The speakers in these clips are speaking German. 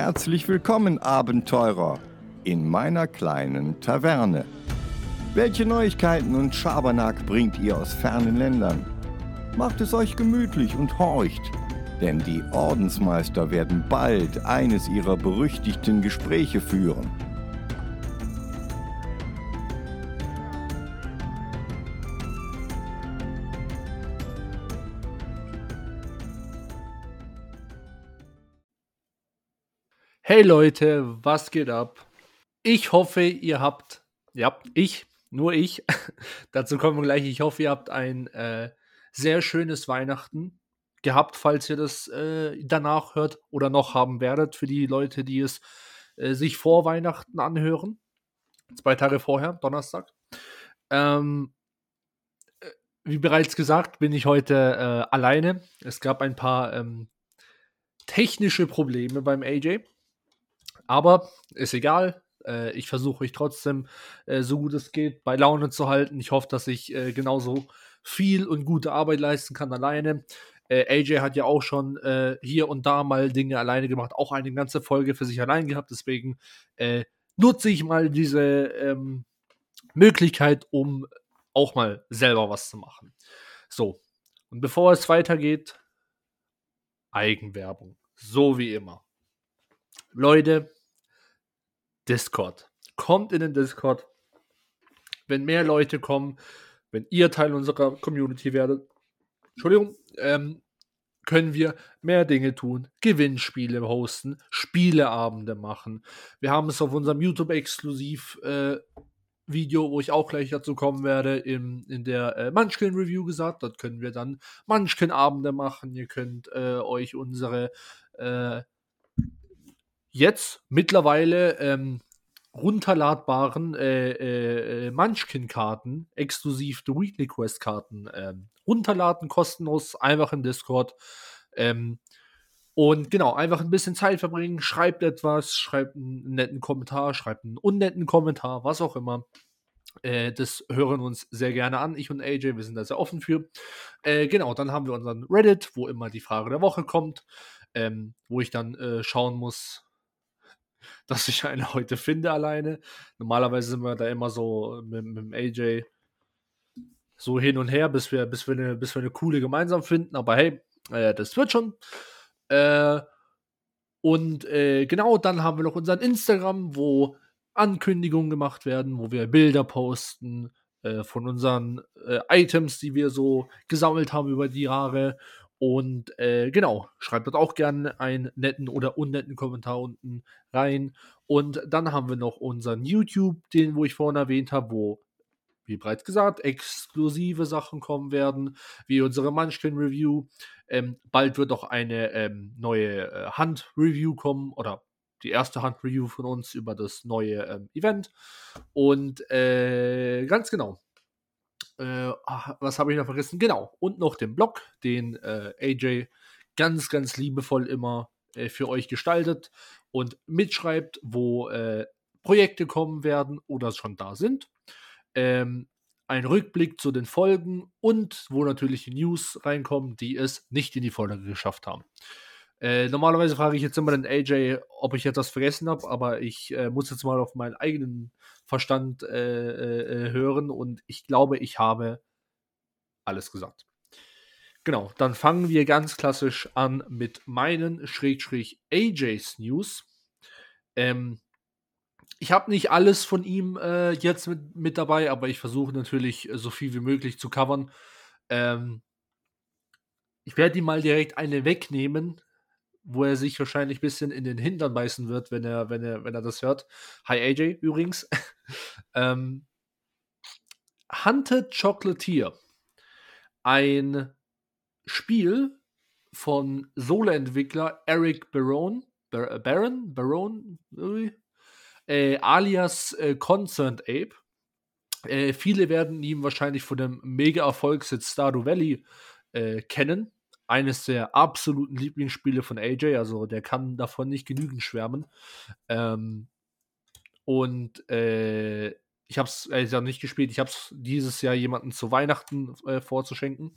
Herzlich willkommen, Abenteurer, in meiner kleinen Taverne. Welche Neuigkeiten und Schabernack bringt ihr aus fernen Ländern? Macht es euch gemütlich und horcht, denn die Ordensmeister werden bald eines ihrer berüchtigten Gespräche führen. Hey Leute, was geht ab? Ich hoffe, nur ich, dazu kommen wir gleich, ich hoffe, ihr habt ein sehr schönes Weihnachten gehabt, falls ihr das danach hört oder noch haben werdet, für die Leute, die es sich vor Weihnachten anhören. 2 Tage vorher, Donnerstag. Wie bereits gesagt, bin ich heute alleine. Es gab ein paar technische Probleme beim AJ. Aber ist egal. Ich versuche euch trotzdem, so gut es geht, bei Laune zu halten. Ich hoffe, dass ich genauso viel und gute Arbeit leisten kann alleine. AJ hat ja auch schon hier und da mal Dinge alleine gemacht, auch eine ganze Folge für sich allein gehabt. Deswegen nutze ich mal diese Möglichkeit, um auch mal selber was zu machen. So, und bevor es weitergeht, Eigenwerbung. So wie immer. Leute, Discord. Kommt in den Discord. Wenn mehr Leute kommen, wenn ihr Teil unserer Community werdet, können wir mehr Dinge tun, Gewinnspiele hosten, Spieleabende machen. Wir haben es auf unserem YouTube-Exklusiv Video, wo ich auch gleich dazu kommen werde, in der Munchkin-Review gesagt. Dort können wir dann Munchkin-Abende machen. Ihr könnt euch unsere jetzt mittlerweile runterladbaren Munchkin-Karten, exklusiv The Weekly Quest-Karten, runterladen, kostenlos, einfach im Discord. Und genau, einfach ein bisschen Zeit verbringen, schreibt etwas, schreibt einen netten Kommentar, schreibt einen unnetten Kommentar, was auch immer. Das hören wir uns sehr gerne an, ich und AJ, wir sind da sehr offen für. Genau, dann haben wir unseren Reddit, wo immer die Frage der Woche kommt, wo ich dann schauen muss, dass ich eine heute finde alleine. Normalerweise sind wir da immer so mit dem AJ so hin und her, bis wir eine coole gemeinsam finden. Aber hey, das wird schon. Genau, dann haben wir noch unseren Instagram, wo Ankündigungen gemacht werden, wo wir Bilder posten von unseren Items, die wir so gesammelt haben über die Jahre. Und genau, schreibt dort auch gerne einen netten oder unnetten Kommentar unten rein. Und dann haben wir noch unseren YouTube, den, wo ich vorhin erwähnt habe, wo, wie bereits gesagt, exklusive Sachen kommen werden, wie unsere Munchkin-Review. Bald wird auch eine neue Hand-Review kommen, oder die erste Hand-Review von uns über das neue Event. Und ganz genau. Was habe ich noch vergessen? Genau. Und noch den Blog, den AJ ganz, ganz liebevoll immer für euch gestaltet und mitschreibt, wo Projekte kommen werden oder schon da sind. Ein Rückblick zu den Folgen und wo natürlich die News reinkommen, die es nicht in die Folge geschafft haben. Normalerweise frage ich jetzt immer den AJ, ob ich etwas vergessen habe, aber ich muss jetzt mal auf meinen eigenen Verstand hören und ich glaube, ich habe alles gesagt. Genau, dann fangen wir ganz klassisch an mit meinen AJs News. Ich habe nicht alles von ihm jetzt mit dabei, aber ich versuche natürlich so viel wie möglich zu covern. Ich werde ihm mal direkt eine wegnehmen, wo er sich wahrscheinlich ein bisschen in den Hintern beißen wird, wenn er das hört. Hi AJ übrigens. Hunted Chocolatier. Ein Spiel von Solo-Entwickler Eric Baron, alias Concerned Ape. Viele werden ihn wahrscheinlich von dem Mega-Erfolgshit Stardew Valley kennen. Eines der absoluten Lieblingsspiele von AJ, also der kann davon nicht genügend schwärmen. Ich habe es ja nicht gespielt. Ich habe es dieses Jahr jemanden zu Weihnachten vorzuschenken.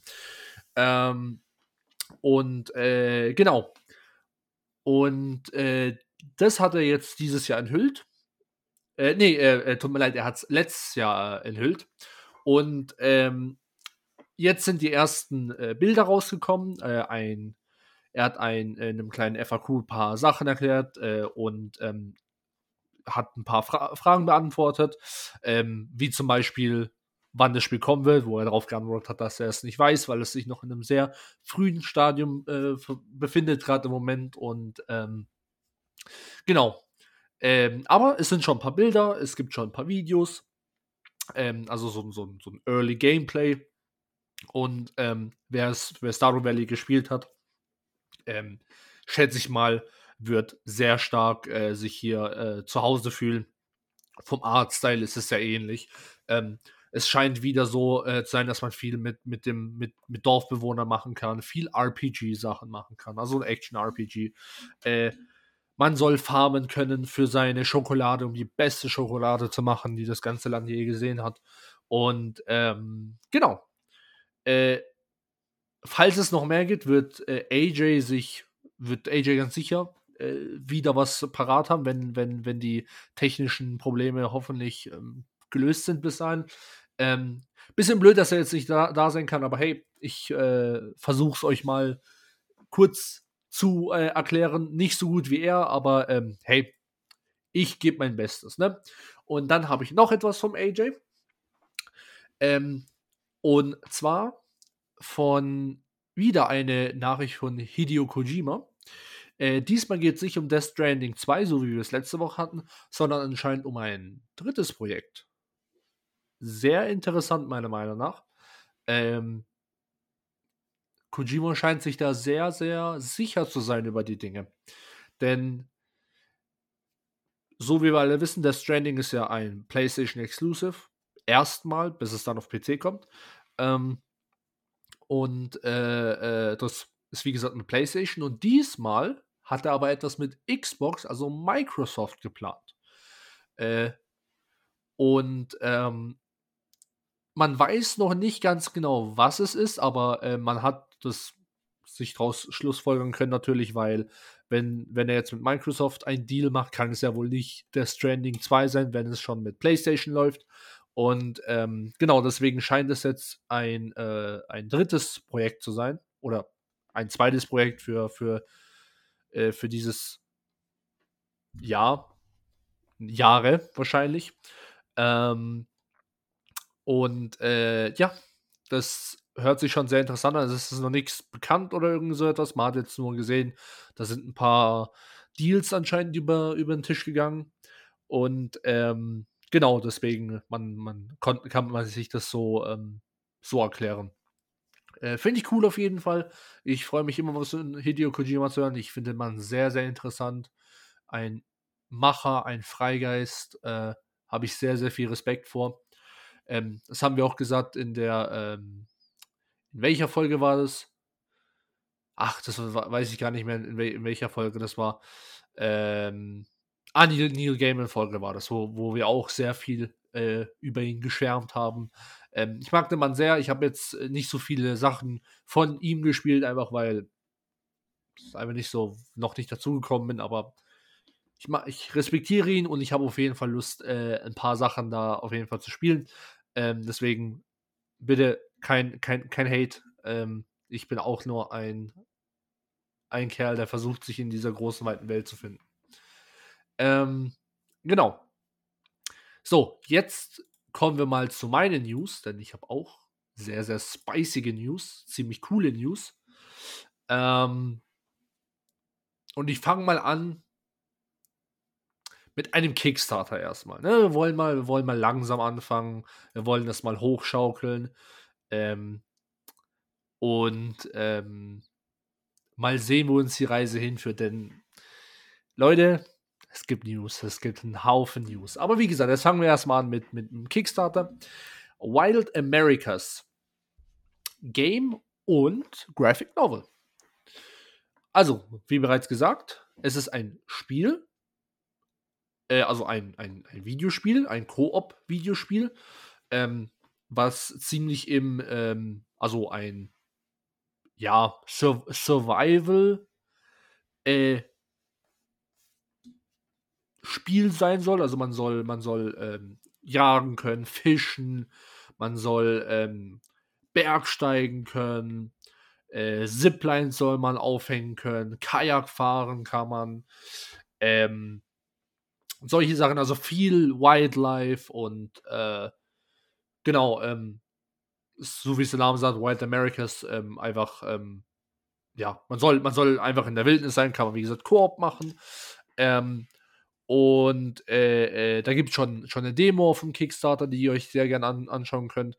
Genau. Und Das hat er jetzt dieses Jahr enthüllt. Tut mir leid, er hat es letztes Jahr enthüllt. Und jetzt sind die ersten Bilder rausgekommen. Er hat in einem kleinen FAQ ein paar Sachen erklärt und hat ein paar Fragen beantwortet, wie zum Beispiel, wann das Spiel kommen wird, wo er darauf geantwortet hat, dass er es nicht weiß, weil es sich noch in einem sehr frühen Stadium befindet, gerade im Moment. Und genau. Aber es sind schon ein paar Bilder, es gibt schon ein paar Videos, also so ein Early Gameplay. Und wer Stardew Valley gespielt hat, schätze ich mal, wird sehr stark sich hier zu Hause fühlen. Vom Artstyle ist es sehr ähnlich. Es scheint wieder so zu sein, dass man viel mit Dorfbewohnern machen kann, viel RPG-Sachen machen kann, also ein Action-RPG. Man soll farmen können für seine Schokolade, um die beste Schokolade zu machen, die das ganze Land je gesehen hat. Und genau. Falls es noch mehr gibt, wird AJ ganz sicher wieder was parat haben, wenn die technischen Probleme hoffentlich gelöst sind bis dahin. Bisschen blöd, dass er jetzt nicht da sein kann, aber hey, ich versuch's euch mal kurz zu erklären. Nicht so gut wie er, aber hey, ich gebe mein Bestes, ne? Und dann habe ich noch etwas vom AJ. Und zwar von wieder eine Nachricht von Hideo Kojima. Diesmal geht es nicht um Death Stranding 2, so wie wir es letzte Woche hatten, sondern anscheinend um ein drittes Projekt. Sehr interessant, meiner Meinung nach. Kojima scheint sich da sehr, sehr sicher zu sein über die Dinge. Denn, so wie wir alle wissen, Death Stranding ist ja ein PlayStation Exclusive. Erstmal, bis es dann auf PC kommt. Das ist wie gesagt eine PlayStation. Und diesmal hat er aber etwas mit Xbox, also Microsoft, geplant. Man weiß noch nicht ganz genau, was es ist, aber man hat das sich daraus schlussfolgern können, natürlich, weil wenn er jetzt mit Microsoft einen Deal macht, kann es ja wohl nicht Death Stranding 2 sein, wenn es schon mit PlayStation läuft. Und genau, deswegen scheint es jetzt ein drittes Projekt zu sein oder ein zweites Projekt für dieses Jahr, Jahre wahrscheinlich. Ja, das hört sich schon sehr interessant an. Es ist noch nichts bekannt oder irgend so etwas. Man hat jetzt nur gesehen, da sind ein paar Deals anscheinend über den Tisch gegangen. Und genau, deswegen kann man sich das so erklären. Finde ich cool auf jeden Fall. Ich freue mich immer, was von Hideo Kojima zu hören. Ich finde man sehr, sehr interessant. Ein Macher, ein Freigeist, habe ich sehr, sehr viel Respekt vor. Das haben wir auch gesagt in in welcher Folge war das? Ach, weiß ich gar nicht mehr, in welcher Folge das war. Neil Gaiman-Folge war das, wo wir auch sehr viel über ihn geschwärmt haben. Ich mag den Mann sehr. Ich habe jetzt nicht so viele Sachen von ihm gespielt, einfach weil ich einfach noch nicht dazugekommen bin, aber ich respektiere ihn und ich habe auf jeden Fall Lust, ein paar Sachen da auf jeden Fall zu spielen. Deswegen bitte kein Hate. Ich bin auch nur ein Kerl, der versucht, sich in dieser großen, weiten Welt zu finden. Genau. So, jetzt kommen wir mal zu meinen News, denn ich habe auch sehr, sehr spicige News, ziemlich coole News. Und ich fange mal an mit einem Kickstarter erstmal. Ne? Wir wollen mal langsam anfangen. Wir wollen das mal hochschaukeln. Mal sehen, wo uns die Reise hinführt. Denn, Leute, es gibt News. Es gibt einen Haufen News. Aber wie gesagt, jetzt fangen wir erstmal an mit einem Kickstarter. Wild Americas. Game und Graphic Novel. Also, wie bereits gesagt, es ist ein Spiel, also ein Videospiel, ein Koop-Videospiel, was ziemlich also ein, ja, Survival Spiel sein soll. Also man soll jagen können, fischen, man soll Bergsteigen können, Ziplines soll man aufhängen können, Kajak fahren kann man, solche Sachen, also viel Wildlife und genau, so wie es der Name sagt, Wild Americas, einfach, ja, man soll einfach in der Wildnis sein, kann man wie gesagt Koop machen. Und da gibt es schon eine Demo auf dem Kickstarter, die ihr euch sehr gerne anschauen könnt.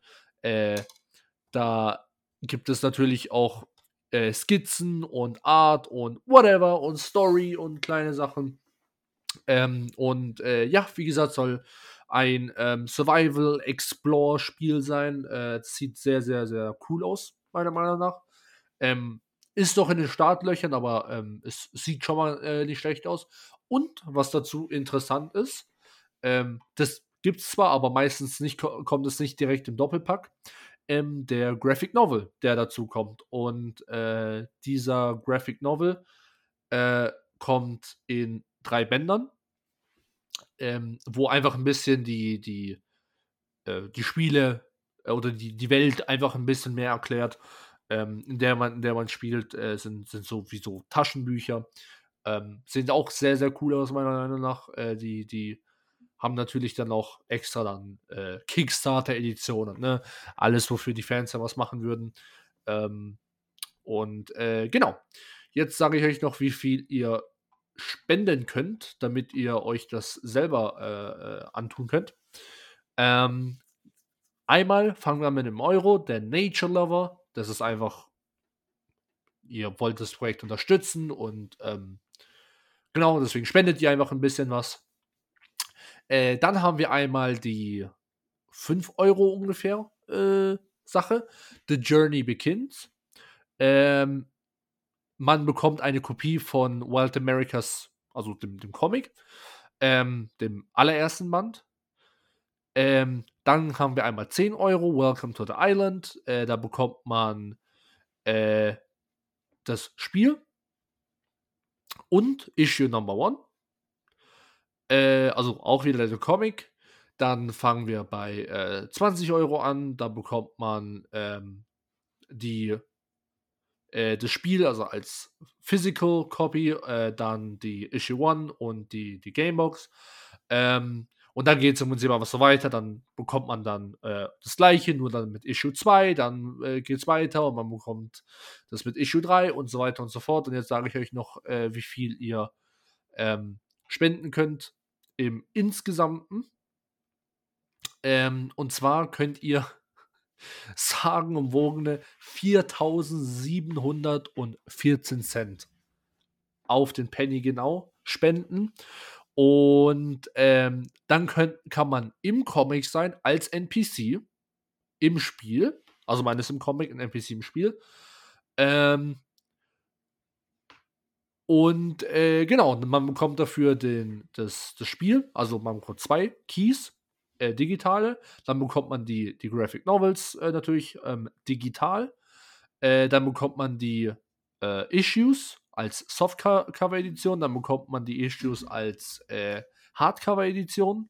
Da gibt es natürlich auch Skizzen und Art und whatever und Story und kleine Sachen. Und ja, wie gesagt, soll ein Survival-Explore-Spiel sein. Sieht sehr, sehr, sehr cool aus, meiner Meinung nach. Ist doch in den Startlöchern, aber es sieht schon mal nicht schlecht aus. Und was dazu interessant ist, das gibt es zwar, aber meistens nicht, kommt es nicht direkt im Doppelpack. Der Graphic Novel, der dazu kommt. Und dieser Graphic Novel kommt in 3 Bändern, wo einfach ein bisschen die Spiele oder die Welt einfach ein bisschen mehr erklärt, in der man spielt, sind sowieso Taschenbücher. Sehen auch sehr, sehr cool aus, meiner Meinung nach. Die haben natürlich dann auch extra dann Kickstarter-Editionen, ne? Alles, wofür die Fans ja was machen würden. Und genau. Jetzt sage ich euch noch, wie viel ihr spenden könnt, damit ihr euch das selber antun könnt. Einmal fangen wir mit dem Euro, der Nature Lover. Das ist einfach, ihr wollt das Projekt unterstützen und genau, deswegen spendet ihr einfach ein bisschen was. Dann haben wir einmal die 5 Euro ungefähr Sache. The Journey Begins. Man bekommt eine Kopie von Wild Americas, also dem Comic, dem allerersten Band. Dann haben wir einmal 10 Euro, Welcome to the Island. Da bekommt man das Spiel und Issue Number 1. Also auch wieder der Comic. Dann fangen wir bei 20 Euro an. Da bekommt man das Spiel, also als Physical Copy, dann die Issue 1 und die Gamebox. Und dann geht es im Prinzip einfach so weiter. Dann bekommt man dann das gleiche, nur dann mit Issue 2. Dann geht es weiter und man bekommt das mit Issue 3 und so weiter und so fort. Und jetzt sage ich euch noch, wie viel ihr spenden könnt im Insgesamten. Und zwar könnt ihr sagenumwogene 4.714 Cent auf den Penny genau spenden. Und dann kann man im Comic sein als NPC im Spiel. Also man ist im Comic ein NPC im Spiel. Und genau, man bekommt dafür das Spiel. Also man bekommt 2 Keys, digitale. Dann bekommt man die Graphic Novels natürlich digital. Dann bekommt man die Issues als Softcover-Edition. Dann bekommt man die Issues als Hardcover-Edition.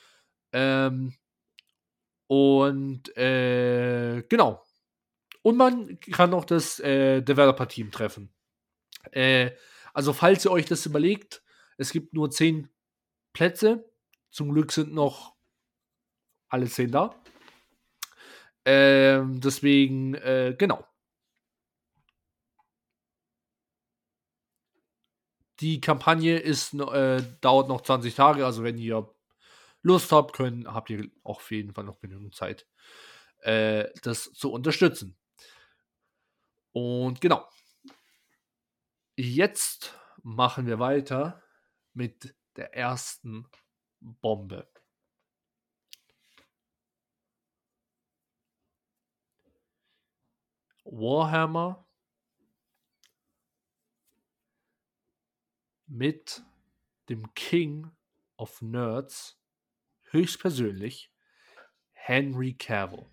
Und genau. Und man kann auch das Developer-Team treffen. Also falls ihr euch das überlegt, es gibt nur 10 Plätze. Zum Glück sind noch alle 10 da. Deswegen, genau. Die Kampagne dauert noch 20 Tage, also wenn ihr Lust habt, habt ihr auch auf jeden Fall noch genügend Zeit, das zu unterstützen. Und genau. Jetzt machen wir weiter mit der ersten Bombe. Warhammer mit dem King of Nerds, höchstpersönlich, Henry Cavill.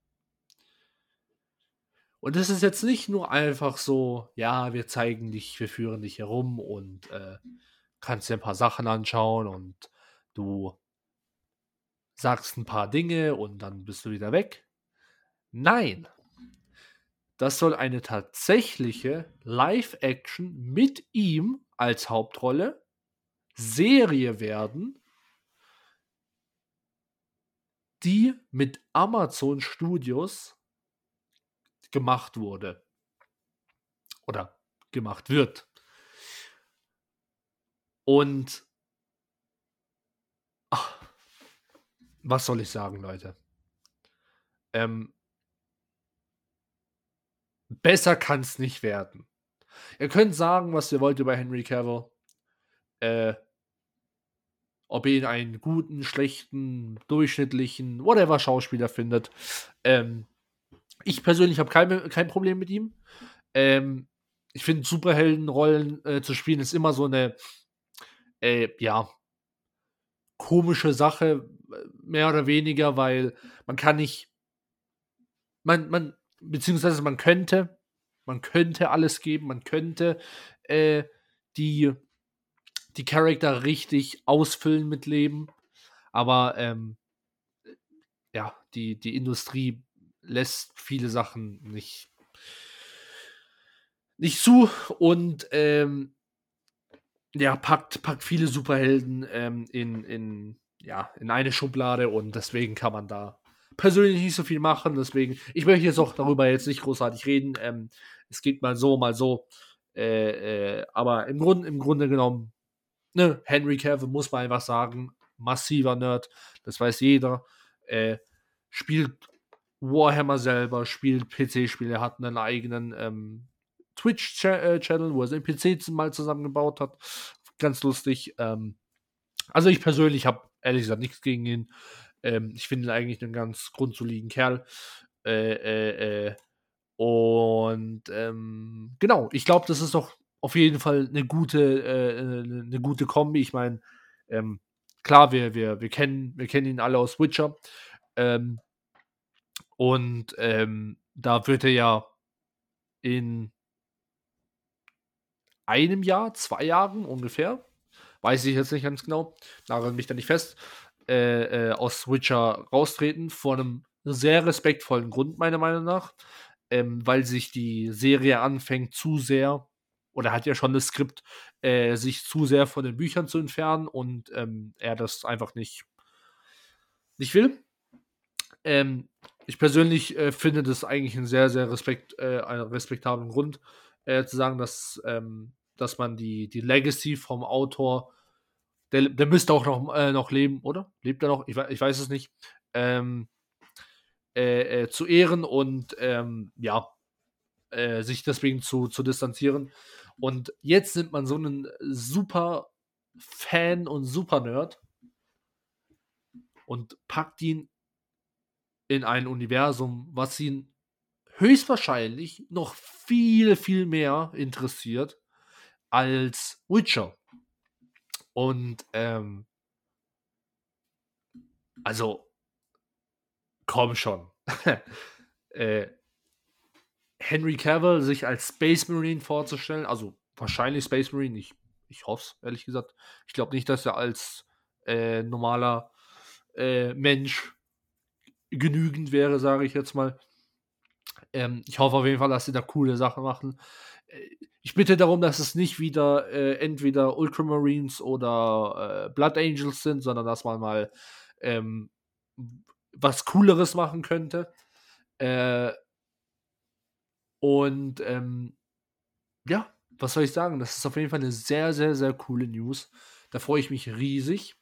Und es ist jetzt nicht nur einfach so, ja, wir zeigen dich, wir führen dich herum und kannst dir ein paar Sachen anschauen und du sagst ein paar Dinge und dann bist du wieder weg. Nein, das soll eine tatsächliche Live-Action mit ihm als Hauptrolle Serie werden, die mit Amazon Studios gemacht wurde. Oder gemacht wird. Und was soll ich sagen, Leute? Besser kann es nicht werden. Ihr könnt sagen, was ihr wollt über Henry Cavill. Ob ihr ihn einen guten, schlechten, durchschnittlichen, whatever Schauspieler findet. Ich persönlich habe kein Problem mit ihm. Ich finde, Superheldenrollen zu spielen ist immer so eine komische Sache, mehr oder weniger, weil man kann nicht, beziehungsweise man könnte alles geben, man könnte die Charakter richtig ausfüllen mit Leben, aber die Industrie lässt viele Sachen nicht zu und packt viele Superhelden in eine Schublade und deswegen kann man da persönlich nicht so viel machen. Deswegen, ich möchte jetzt auch darüber jetzt nicht großartig reden. Es geht mal so. Aber im Grunde genommen, ne, Henry Cavill muss man einfach sagen, massiver Nerd, das weiß jeder. Spielt Warhammer selber, spielt PC-Spiele, hat einen eigenen Twitch-Channel, wo er seinen PC mal zusammengebaut hat. Ganz lustig. Also ich persönlich habe ehrlich gesagt nichts gegen ihn. Ich finde ihn eigentlich einen ganz grundsoliden Kerl. Genau, ich glaube, das ist doch auf jeden Fall eine gute Kombi. Ich meine, klar, wir kennen ihn alle aus Witcher. Da wird er ja in einem Jahr, 2 Jahren ungefähr, weiß ich jetzt nicht ganz genau, nagel mich da nicht fest, aus Witcher raustreten, vor einem sehr respektvollen Grund, meiner Meinung nach, weil sich die Serie anfängt zu sehr, oder hat ja schon das Skript, sich zu sehr von den Büchern zu entfernen und er das einfach nicht will. Ich persönlich finde das eigentlich einen sehr, sehr einen respektablen Grund, zu sagen, dass man die Legacy vom Autor, der müsste auch noch leben, oder? Lebt er noch? Ich weiß es nicht. Zu ehren und sich deswegen zu distanzieren. Und jetzt nimmt man so einen super Fan und super Nerd und packt ihn in ein Universum, was ihn höchstwahrscheinlich noch viel, viel mehr interessiert als Witcher. Und also komm schon. Henry Cavill sich als Space Marine vorzustellen, also wahrscheinlich Space Marine, ich hoffe es, ehrlich gesagt. Ich glaube nicht, dass er als normaler Mensch genügend wäre, sage ich jetzt mal. Ich hoffe auf jeden Fall, dass sie da coole Sachen machen. Ich bitte darum, dass es nicht wieder entweder Ultramarines oder Blood Angels sind, sondern dass man mal was Cooleres machen könnte. Was soll ich sagen? Das ist auf jeden Fall eine sehr, sehr, sehr coole News. Da freue ich mich riesig.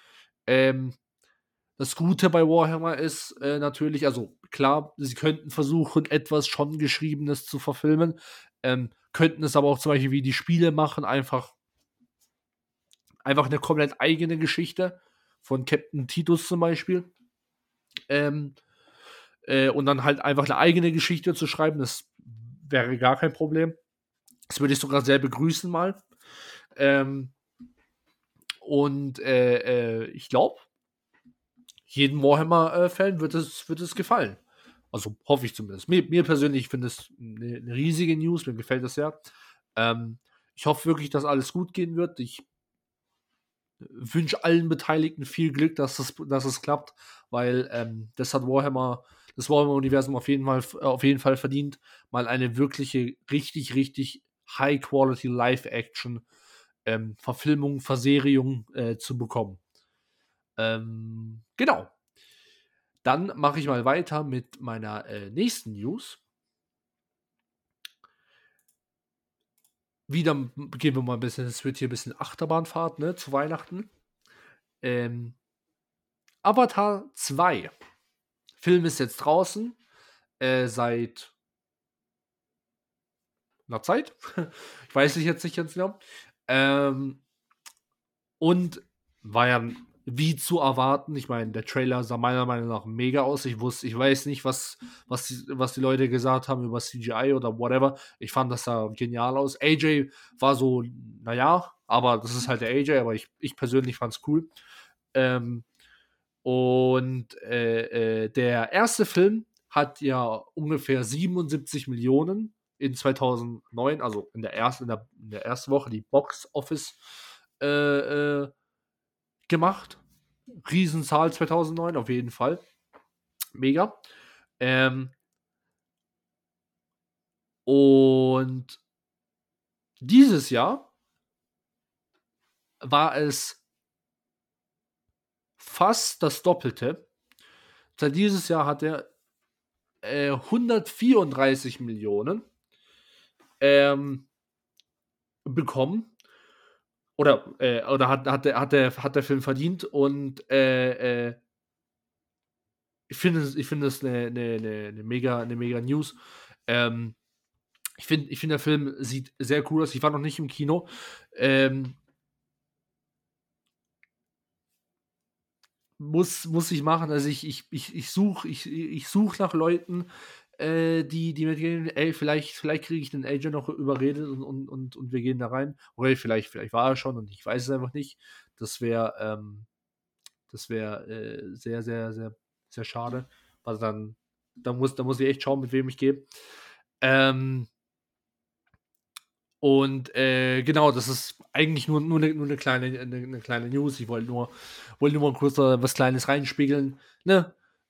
Das Gute bei Warhammer ist natürlich, also klar, sie könnten versuchen, etwas schon Geschriebenes zu verfilmen, könnten es aber auch zum Beispiel wie die Spiele machen, einfach eine komplett eigene Geschichte von Captain Titus zum Beispiel. Und dann halt einfach eine eigene Geschichte zu schreiben, das wäre gar kein Problem. Das würde ich sogar sehr begrüßen mal. Ich glaube, jedem Warhammer-Fan wird es gefallen. Also hoffe ich zumindest. Mir persönlich finde es eine riesige News, mir gefällt das sehr. Ich hoffe wirklich, dass alles gut gehen wird. Ich wünsche allen Beteiligten viel Glück, dass es klappt, weil das hat das Warhammer-Universum auf jeden Fall verdient, mal eine wirkliche, richtig, richtig High-Quality Live-Action Verfilmung, Verserierung zu bekommen. Genau. Dann mache ich mal weiter mit meiner nächsten News. Wieder gehen wir mal ein bisschen, es wird hier ein bisschen Achterbahnfahrt, ne, zu Weihnachten. Avatar 2. Film ist jetzt draußen, seit einer Zeit. Ich weiß nicht jetzt nicht ganz genau. Und war ja wie zu erwarten. Ich meine, der Trailer sah meiner Meinung nach mega aus. Ich weiß nicht, was die Leute gesagt haben über CGI oder whatever. Ich fand, das sah genial aus. AJ war so, naja, aber das ist halt der AJ, aber ich persönlich fand es cool. Der erste Film hat ja ungefähr 77 Millionen in 2009, also in der ersten Woche, die Box Office gemacht. Riesenzahl 2009, auf jeden Fall. Mega. Und dieses Jahr war es fast das Doppelte. Seit dieses Jahr hat er 134 Millionen bekommen. Oder hat der Film verdient. Und ich finde es eine mega News. Ich finde, der Film sieht sehr cool aus. Ich war noch nicht im Kino. Muss ich machen. Also ich suche nach Leuten, die mitgehen. Ey, vielleicht kriege ich den AJ noch überredet und wir gehen da rein. Oder vielleicht war er schon und ich weiß es einfach nicht. Das wäre sehr, sehr, sehr, sehr schade. Also da muss ich echt schauen, mit wem ich gehe. Genau, das ist eigentlich nur eine kleine News. Ich wollte nur mal kurz was Kleines reinspiegeln. Ne?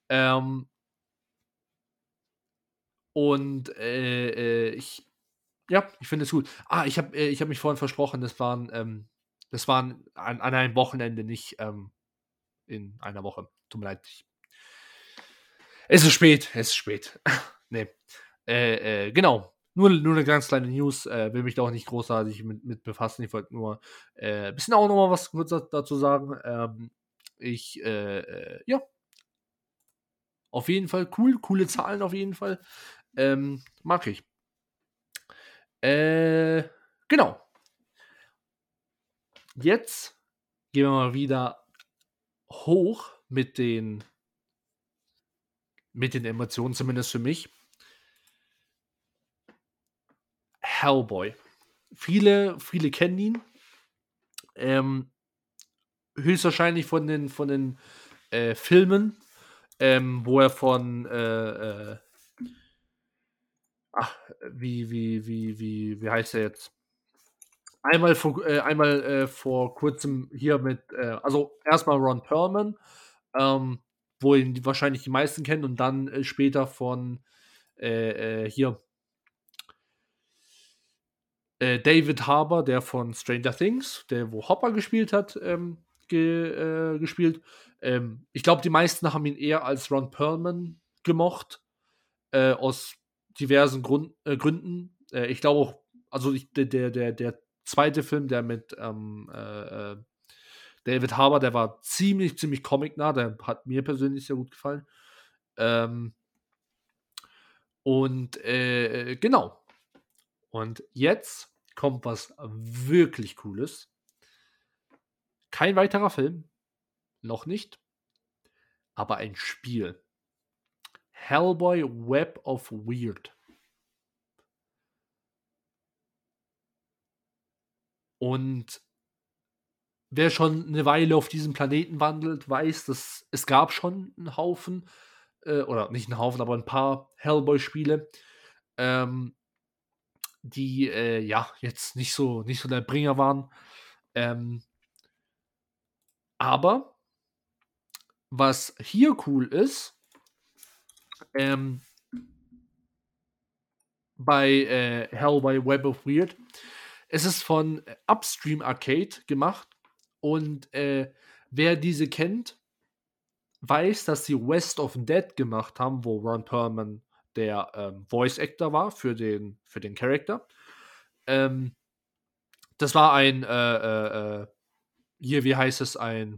Ich finde es gut. Ich hab mich vorhin versprochen, das waren an einem Wochenende, nicht in einer Woche. Tut mir leid. Es ist spät. Nee. Genau. Nur eine ganz kleine News. Will mich da auch nicht großartig mit befassen. Ich wollte nur ein bisschen auch noch mal was kurz dazu sagen. Ja. Auf jeden Fall cool. Coole Zahlen auf jeden Fall. Mag ich. Genau. Jetzt gehen wir mal wieder hoch mit den Emotionen, zumindest für mich. Hellboy. Viele kennen ihn. Höchstwahrscheinlich von den Filmen, wo er von wie heißt er jetzt? Einmal vor kurzem hier mit, also erstmal Ron Perlman, wo ihn wahrscheinlich die meisten kennen, und dann später von hier David Harbour, der von Stranger Things, der wo Hopper gespielt hat, gespielt. Ich glaube, die meisten haben ihn eher als Ron Perlman gemocht, aus diversen Gründen. Ich glaube auch, also der zweite Film, der mit David Harbour, der war ziemlich comicnah, der hat mir persönlich sehr gut gefallen. Genau. Und jetzt kommt was wirklich Cooles. Kein weiterer Film, noch nicht, aber ein Spiel. Hellboy Web of Weird. Und wer schon eine Weile auf diesem Planeten wandelt, weiß, dass es gab schon einen Haufen, oder nicht einen Haufen, aber ein paar Hellboy-Spiele, die jetzt nicht so der Bringer waren. Aber was hier cool ist, bei Hellboy Web of Weird, es ist von Upstream Arcade gemacht und wer diese kennt, weiß, dass sie West of Dead gemacht haben, wo Ron Perlman der Voice Actor war für den Charakter. Das war ein hier, wie heißt es, ein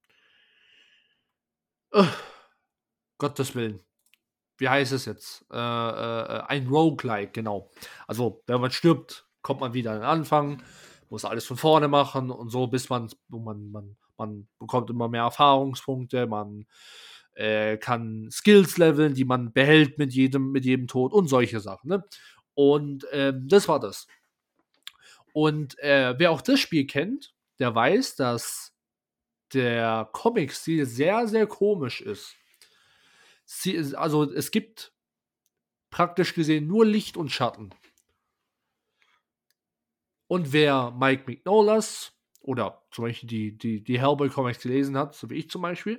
Gottes Willen. Wie heißt es jetzt? Ein Roguelike, genau. Also, wenn man stirbt, kommt man wieder an den Anfang, muss alles von vorne machen und so, bis man bekommt immer mehr Erfahrungspunkte, man kann Skills leveln, die man behält mit jedem Tod und solche Sachen. Ne? Und das war das. Und wer auch das Spiel kennt, der weiß, dass der Comic-Stil sehr, sehr komisch ist. Also es gibt praktisch gesehen nur Licht und Schatten. Und wer Mike Mignolas oder zum Beispiel die Hellboy-Comics gelesen hat, so wie ich zum Beispiel,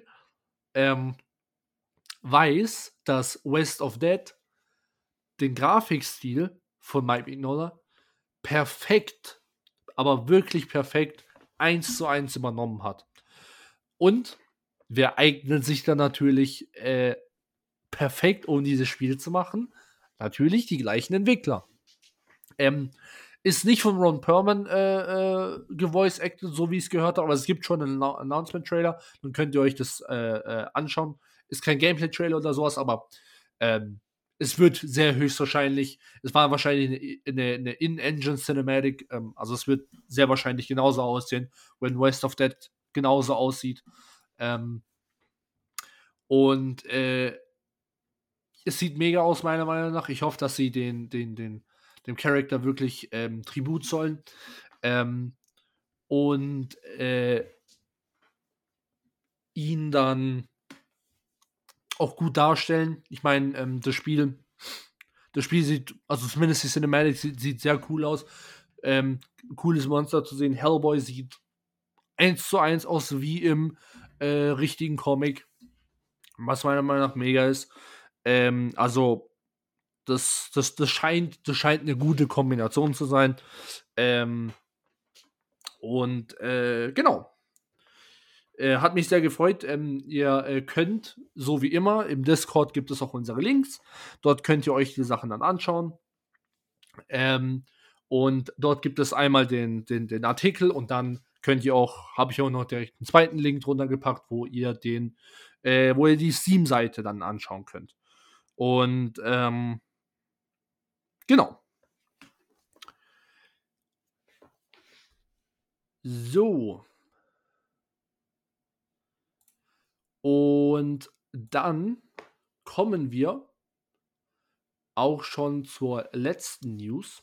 weiß, dass West of Dead den Grafikstil von Mike Mignola perfekt, aber wirklich perfekt 1:1 übernommen hat. Und wer eignet sich dann natürlich perfekt, um dieses Spiel zu machen? Natürlich die gleichen Entwickler. Ist nicht von Ron Perlman gevoice acted, so wie ich es gehört habe, aber es gibt schon einen Announcement-Trailer, dann könnt ihr euch das anschauen. Ist kein Gameplay-Trailer oder sowas, aber es wird sehr höchstwahrscheinlich, es war wahrscheinlich eine In-Engine Cinematic, also es wird sehr wahrscheinlich genauso aussehen, wenn West of Dead genauso aussieht. Und es sieht mega aus, meiner Meinung nach. Ich hoffe, dass sie dem Charakter wirklich Tribut zollen. Und ihn dann auch gut darstellen. Ich meine, das Spiel sieht, also zumindest die Cinematic sieht sehr cool aus. Cooles Monster zu sehen. Hellboy sieht 1:1 aus wie im richtigen Comic. Was meiner Meinung nach mega ist. Also das scheint eine gute Kombination zu sein. Genau. Hat mich sehr gefreut. Ihr könnt, so wie immer, im Discord gibt es auch unsere Links. Dort könnt ihr euch die Sachen dann anschauen. Und dort gibt es einmal den Artikel und dann könnt ihr auch, habe ich auch noch direkt einen zweiten Link drunter gepackt, wo ihr die Steam-Seite dann anschauen könnt. Und genau. So. Und dann kommen wir auch schon zur letzten News.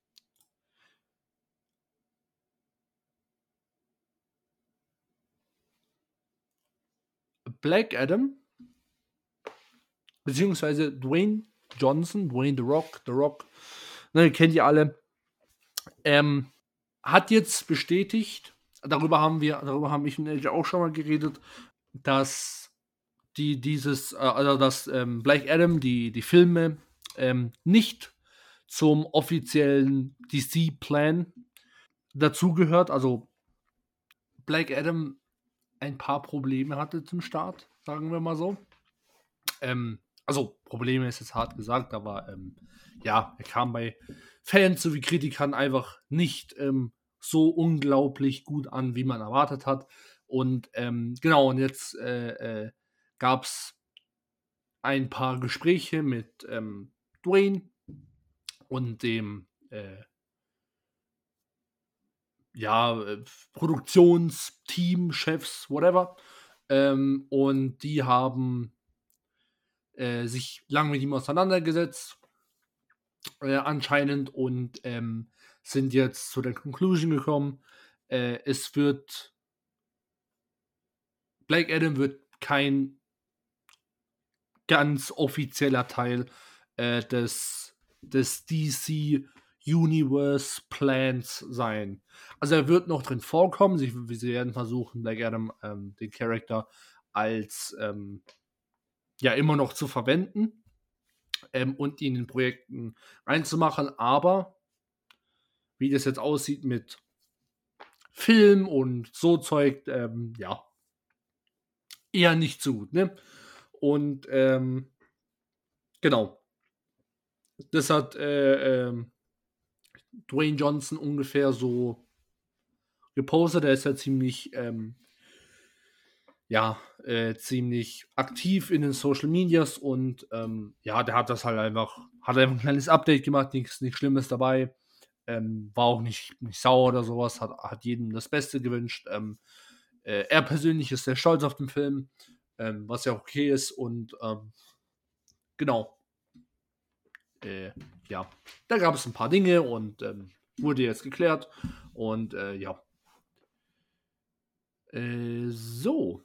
Black Adam, beziehungsweise Dwayne Johnson, Dwayne The Rock, ne, kennt ihr alle, hat jetzt bestätigt, darüber haben ich und AJ auch schon mal geredet, dass dass Black Adam, die Filme, nicht zum offiziellen DC-Plan dazugehört. Also Black Adam ein paar Probleme hatte zum Start, sagen wir mal so. Also Probleme ist jetzt hart gesagt, aber er kam bei Fans sowie Kritikern einfach nicht so unglaublich gut an, wie man erwartet hat. Und genau, und jetzt gab es ein paar Gespräche mit Dwayne und dem Produktionsteam, Chefs, whatever. Und die haben sich lange mit ihm auseinandergesetzt, anscheinend, und sind jetzt zu der Conclusion gekommen, Black Adam wird kein ganz offizieller Teil des DC Universe Plans sein. Also er wird noch drin vorkommen. Sie werden versuchen, Black Adam, den Charakter als ja immer noch zu verwenden und ihn in Projekten reinzumachen. Aber wie das jetzt aussieht mit Film und so Zeug, ja, eher nicht so gut, ne? Und genau. Das hat Dwayne Johnson ungefähr so gepostet. Er ist ja ziemlich, ziemlich aktiv in den Social Medias und ja, der hat das halt einfach, hat einfach ein kleines Update gemacht, nichts Schlimmes dabei. War auch nicht sauer oder sowas, hat jedem das Beste gewünscht. Er persönlich ist sehr stolz auf den Film, was ja okay ist und genau. Ja, da gab es ein paar Dinge und wurde jetzt geklärt und ja. So.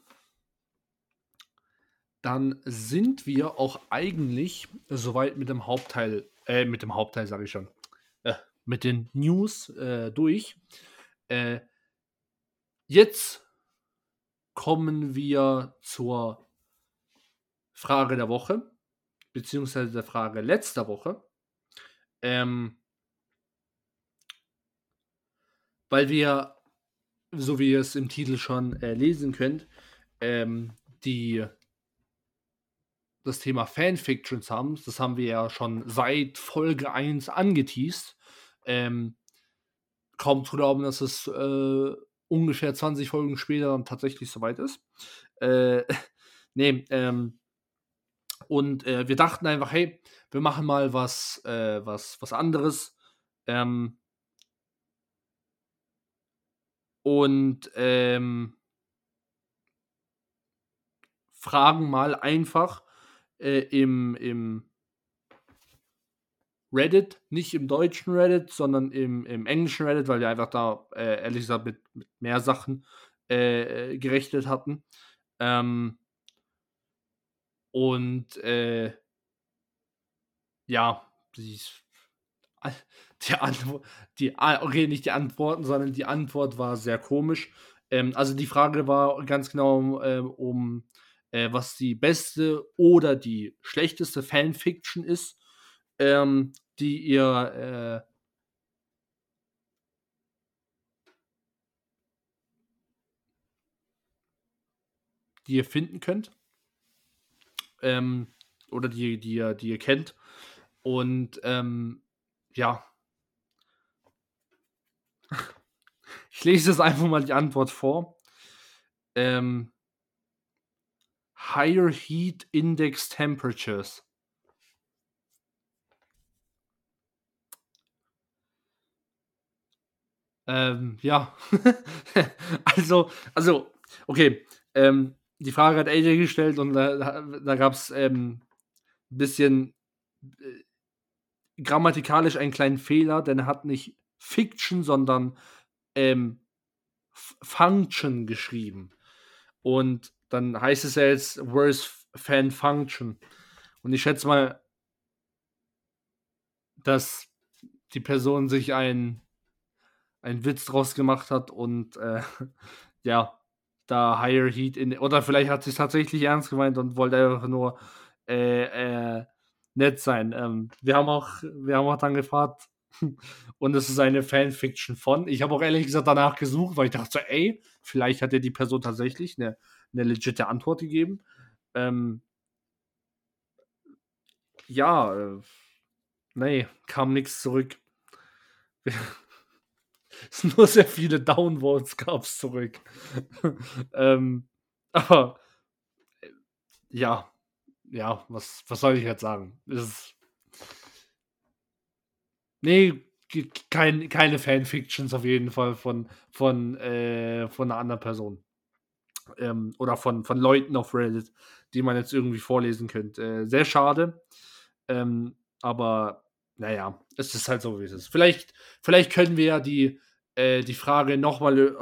Dann sind wir auch eigentlich soweit mit dem Hauptteil sage ich schon, mit den News durch. Jetzt kommen wir zur Frage der Woche, beziehungsweise der Frage letzter Woche. Weil wir, so wie ihr es im Titel schon lesen könnt, das Thema Fanfictions haben. Das haben wir ja schon seit Folge 1 angeteast. Kaum zu glauben, dass es ungefähr 20 Folgen später dann tatsächlich soweit ist. Und wir dachten einfach, hey, wir machen mal was anderes. Und fragen mal einfach im Reddit, nicht im deutschen Reddit, sondern im englischen Reddit, weil wir einfach da ehrlich gesagt mit mehr Sachen gerechnet hatten. Ja, nicht die Antworten, sondern die Antwort war sehr komisch. Also die Frage war ganz genau was die beste oder die schlechteste Fanfiction ist, die ihr finden könnt. Oder die ihr kennt. Und ja. Ich lese jetzt einfach mal die Antwort vor. Higher Heat Index Temperatures. Ja. also, okay. Die Frage hat AJ gestellt und da gab es ein bisschen grammatikalisch einen kleinen Fehler, denn er hat nicht Fiction, sondern Function geschrieben. Und dann heißt es ja jetzt Worst Fan Function. Und ich schätze mal, dass die Person sich einen Witz draus gemacht hat und ja, da Higher Heat oder vielleicht hat sie es tatsächlich ernst gemeint und wollte einfach nur nett sein. Wir haben auch dann gefragt und es ist eine Fanfiction von. Ich habe auch ehrlich gesagt danach gesucht, weil ich dachte so, ey, vielleicht hat dir die Person tatsächlich eine legitime Antwort gegeben. Ja, nee, kam nichts zurück. Es nur sehr viele Downvotes gab es zurück. Aber ja, was soll ich jetzt sagen? Keine Fanfictions auf jeden Fall von einer anderen Person. Oder von Leuten auf Reddit, die man jetzt irgendwie vorlesen könnte. Sehr schade. Aber naja, es ist halt so, wie es ist. Vielleicht können wir ja die Frage nochmal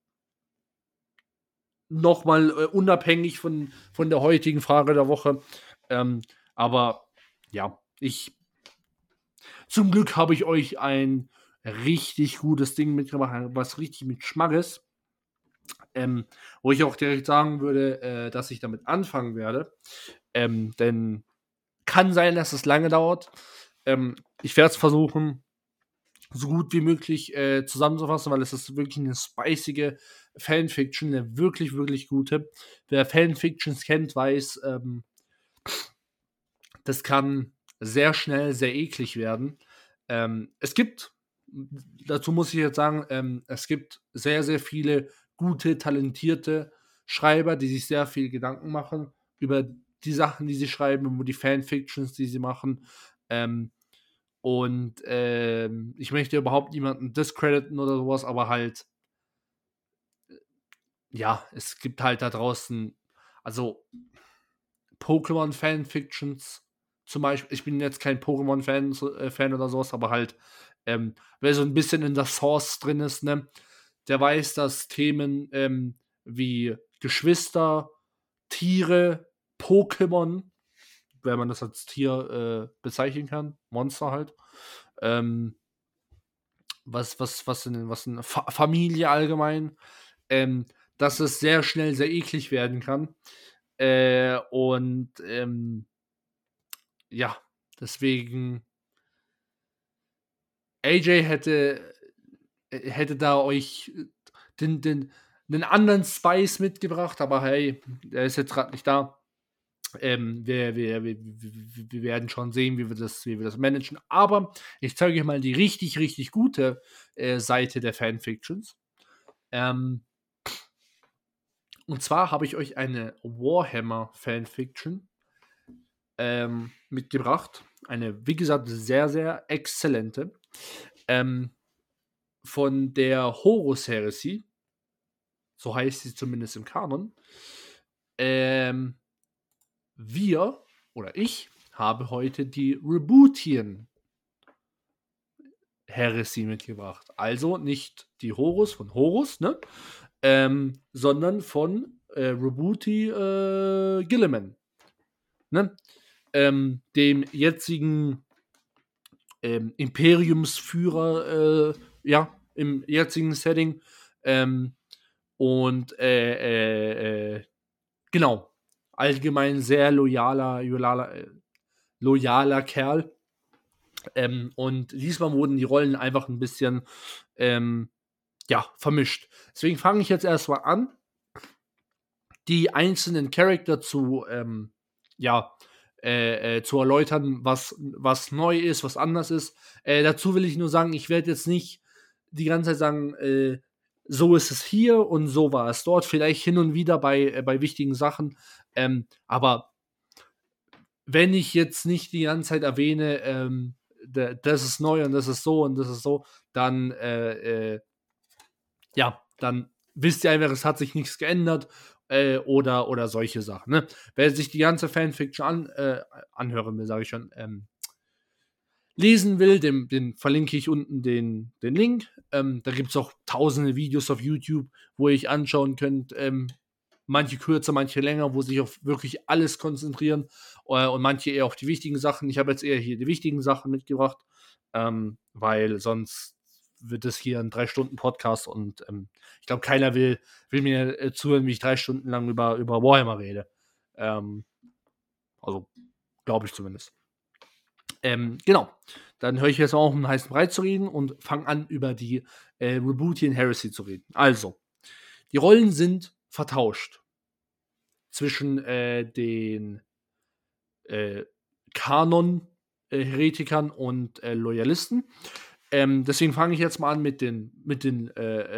unabhängig von der heutigen Frage der Woche. Aber ja, Zum Glück habe ich euch ein richtig gutes Ding mitgebracht, was richtig mit Geschmack ist. Wo ich auch direkt sagen würde, dass ich damit anfangen werde. Denn kann sein, dass es lange dauert. Ich werde es versuchen, so gut wie möglich zusammenzufassen, weil es ist wirklich eine spicige Fanfiction, eine wirklich, wirklich gute. Wer Fanfictions kennt, weiß, das kann sehr schnell sehr eklig werden. Es gibt, dazu muss ich jetzt sagen, es gibt sehr, sehr viele gute, talentierte Schreiber, die sich sehr viel Gedanken machen über die Sachen, die sie schreiben, über die Fanfictions, die sie machen. Ich möchte überhaupt niemanden discrediten oder sowas, aber halt, ja, es gibt halt da draußen, also Pokémon-Fanfictions zum Beispiel. Ich bin jetzt kein Pokémon-Fan oder sowas, aber halt, wer so ein bisschen in der Source drin ist, ne, der weiß, dass Themen wie Geschwister, Tiere, Pokémon, wenn man das als Tier bezeichnen kann, Monster halt, was in Familie allgemein, dass es sehr schnell sehr eklig werden kann. Ja, deswegen AJ hätte da euch den anderen Spice mitgebracht, aber hey, der ist jetzt gerade nicht da. Wir werden schon sehen, wie wir das managen. Aber ich zeige euch mal die richtig, richtig gute Seite der Fanfictions. Und zwar habe ich euch eine Warhammer Fanfiction mitgebracht. Eine, wie gesagt, sehr, sehr exzellente. Von der Horus Heresy. So heißt sie zumindest im Kanon. Wir, oder ich, habe heute die Rebootian Heresy mitgebracht. Also nicht die Horus von Horus, ne? Sondern von Rebooty Gilliman. Ne? Dem jetzigen Imperiumsführer, ja, im jetzigen Setting. Genau. Allgemein sehr loyaler Kerl. Und diesmal wurden die Rollen einfach ein bisschen vermischt. Deswegen fange ich jetzt erstmal an, die einzelnen Charakter zu erläutern, was neu ist, was anders ist. Dazu will ich nur sagen, ich werde jetzt nicht die ganze Zeit sagen, so ist es hier und so war es dort. Vielleicht hin und wieder bei wichtigen Sachen. Aber wenn ich jetzt nicht die ganze Zeit erwähne, das ist neu und das ist so und das ist so, dann dann wisst ihr einfach, es hat sich nichts geändert oder solche Sachen. Ne? Wer sich die ganze Fanfiction anhören will, sage ich schon, lesen will, den verlinke ich unten den Link. Da gibt es auch tausende Videos auf YouTube, wo ihr euch anschauen könnt, manche kürzer, manche länger, wo sich auf wirklich alles konzentrieren und manche eher auf die wichtigen Sachen. Ich habe jetzt eher hier die wichtigen Sachen mitgebracht, weil sonst wird es hier ein 3-Stunden-Podcast und ich glaube, keiner will mir zuhören, wie ich 3 Stunden lang über Warhammer rede. Also, glaube ich zumindest. Genau. Dann höre ich jetzt auch um einen heißen Brei zu reden und fange an, über die Rebootian Heresy zu reden. Also, die Rollen sind vertauscht zwischen den Kanon-Heretikern und Loyalisten. Deswegen fange ich jetzt mal an mit den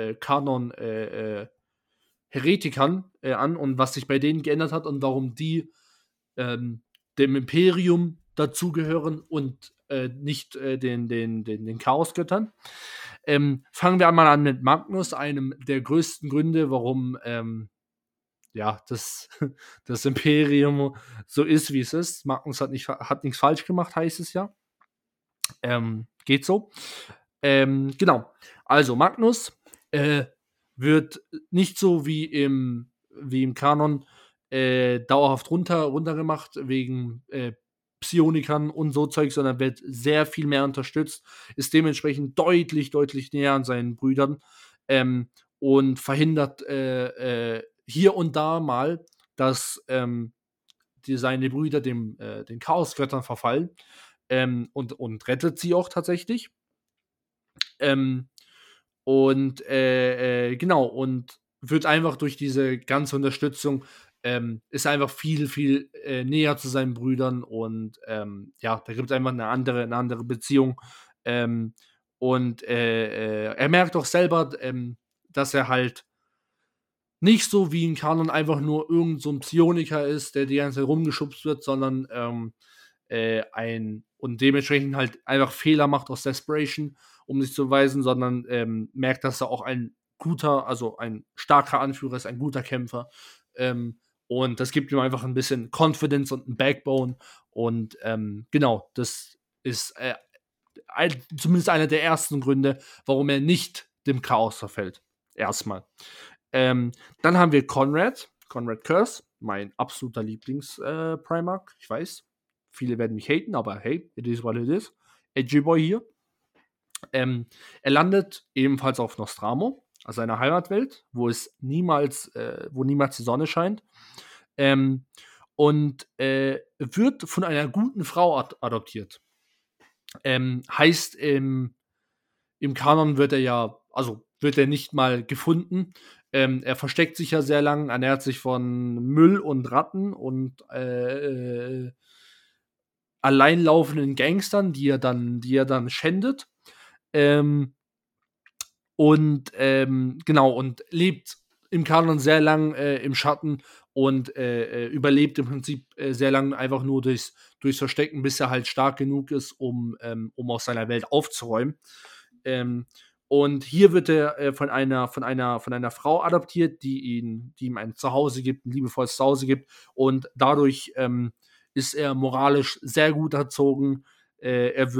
Kanon-Heretikern an und was sich bei denen geändert hat und warum die dem Imperium dazugehören und nicht den Chaosgöttern. Fangen wir einmal an mit Magnus, einem der größten Gründe, warum das Imperium so ist, wie es ist. Magnus hat nichts falsch gemacht, heißt es ja. Geht so. Genau. Also Magnus wird nicht so wie im Kanon dauerhaft runtergemacht wegen Psionikern und so Zeug, sondern wird sehr viel mehr unterstützt, ist dementsprechend deutlich, deutlich näher an seinen Brüdern, und verhindert hier und da mal, dass seine Brüder den Chaosgöttern verfallen, und rettet sie auch tatsächlich. Ähm, genau, und wird einfach durch diese ganze Unterstützung, ist einfach viel, viel näher zu seinen Brüdern und ja, da gibt es einfach eine andere Beziehung. Ähm, er merkt auch selber, dass er halt nicht so wie in Kanon einfach nur irgend so 'n Psioniker ist, der die ganze Zeit rumgeschubst wird, sondern und dementsprechend halt einfach Fehler macht aus Desperation, um sich zu beweisen, sondern merkt, dass er auch also ein starker Anführer ist, ein guter Kämpfer. Und das gibt ihm einfach ein bisschen Confidence und 'n Backbone. Und genau, das ist zumindest einer der ersten Gründe, warum er nicht dem Chaos verfällt. Erstmal. Dann haben wir Conrad Curse, mein absoluter Lieblings-Primarch. Ich weiß, viele werden mich haten, aber hey, it is what it is. Edgy Boy hier. Er landet ebenfalls auf Nostramo, also seiner Heimatwelt, wo niemals die Sonne scheint. Wird von einer guten Frau adoptiert. Heißt, im Kanon wird er nicht mal gefunden. Er versteckt sich ja sehr lang, ernährt sich von Müll und Ratten und alleinlaufenden Gangstern, die er dann schändet. Genau, und lebt im Kanon sehr lang im Schatten und überlebt im Prinzip sehr lang einfach nur durchs Verstecken, bis er halt stark genug ist, um aus seiner Welt aufzuräumen. Und hier wird er von einer Frau adoptiert, die ihm ein Zuhause gibt, ein liebevolles Zuhause gibt. Und dadurch ist er moralisch sehr gut erzogen. Er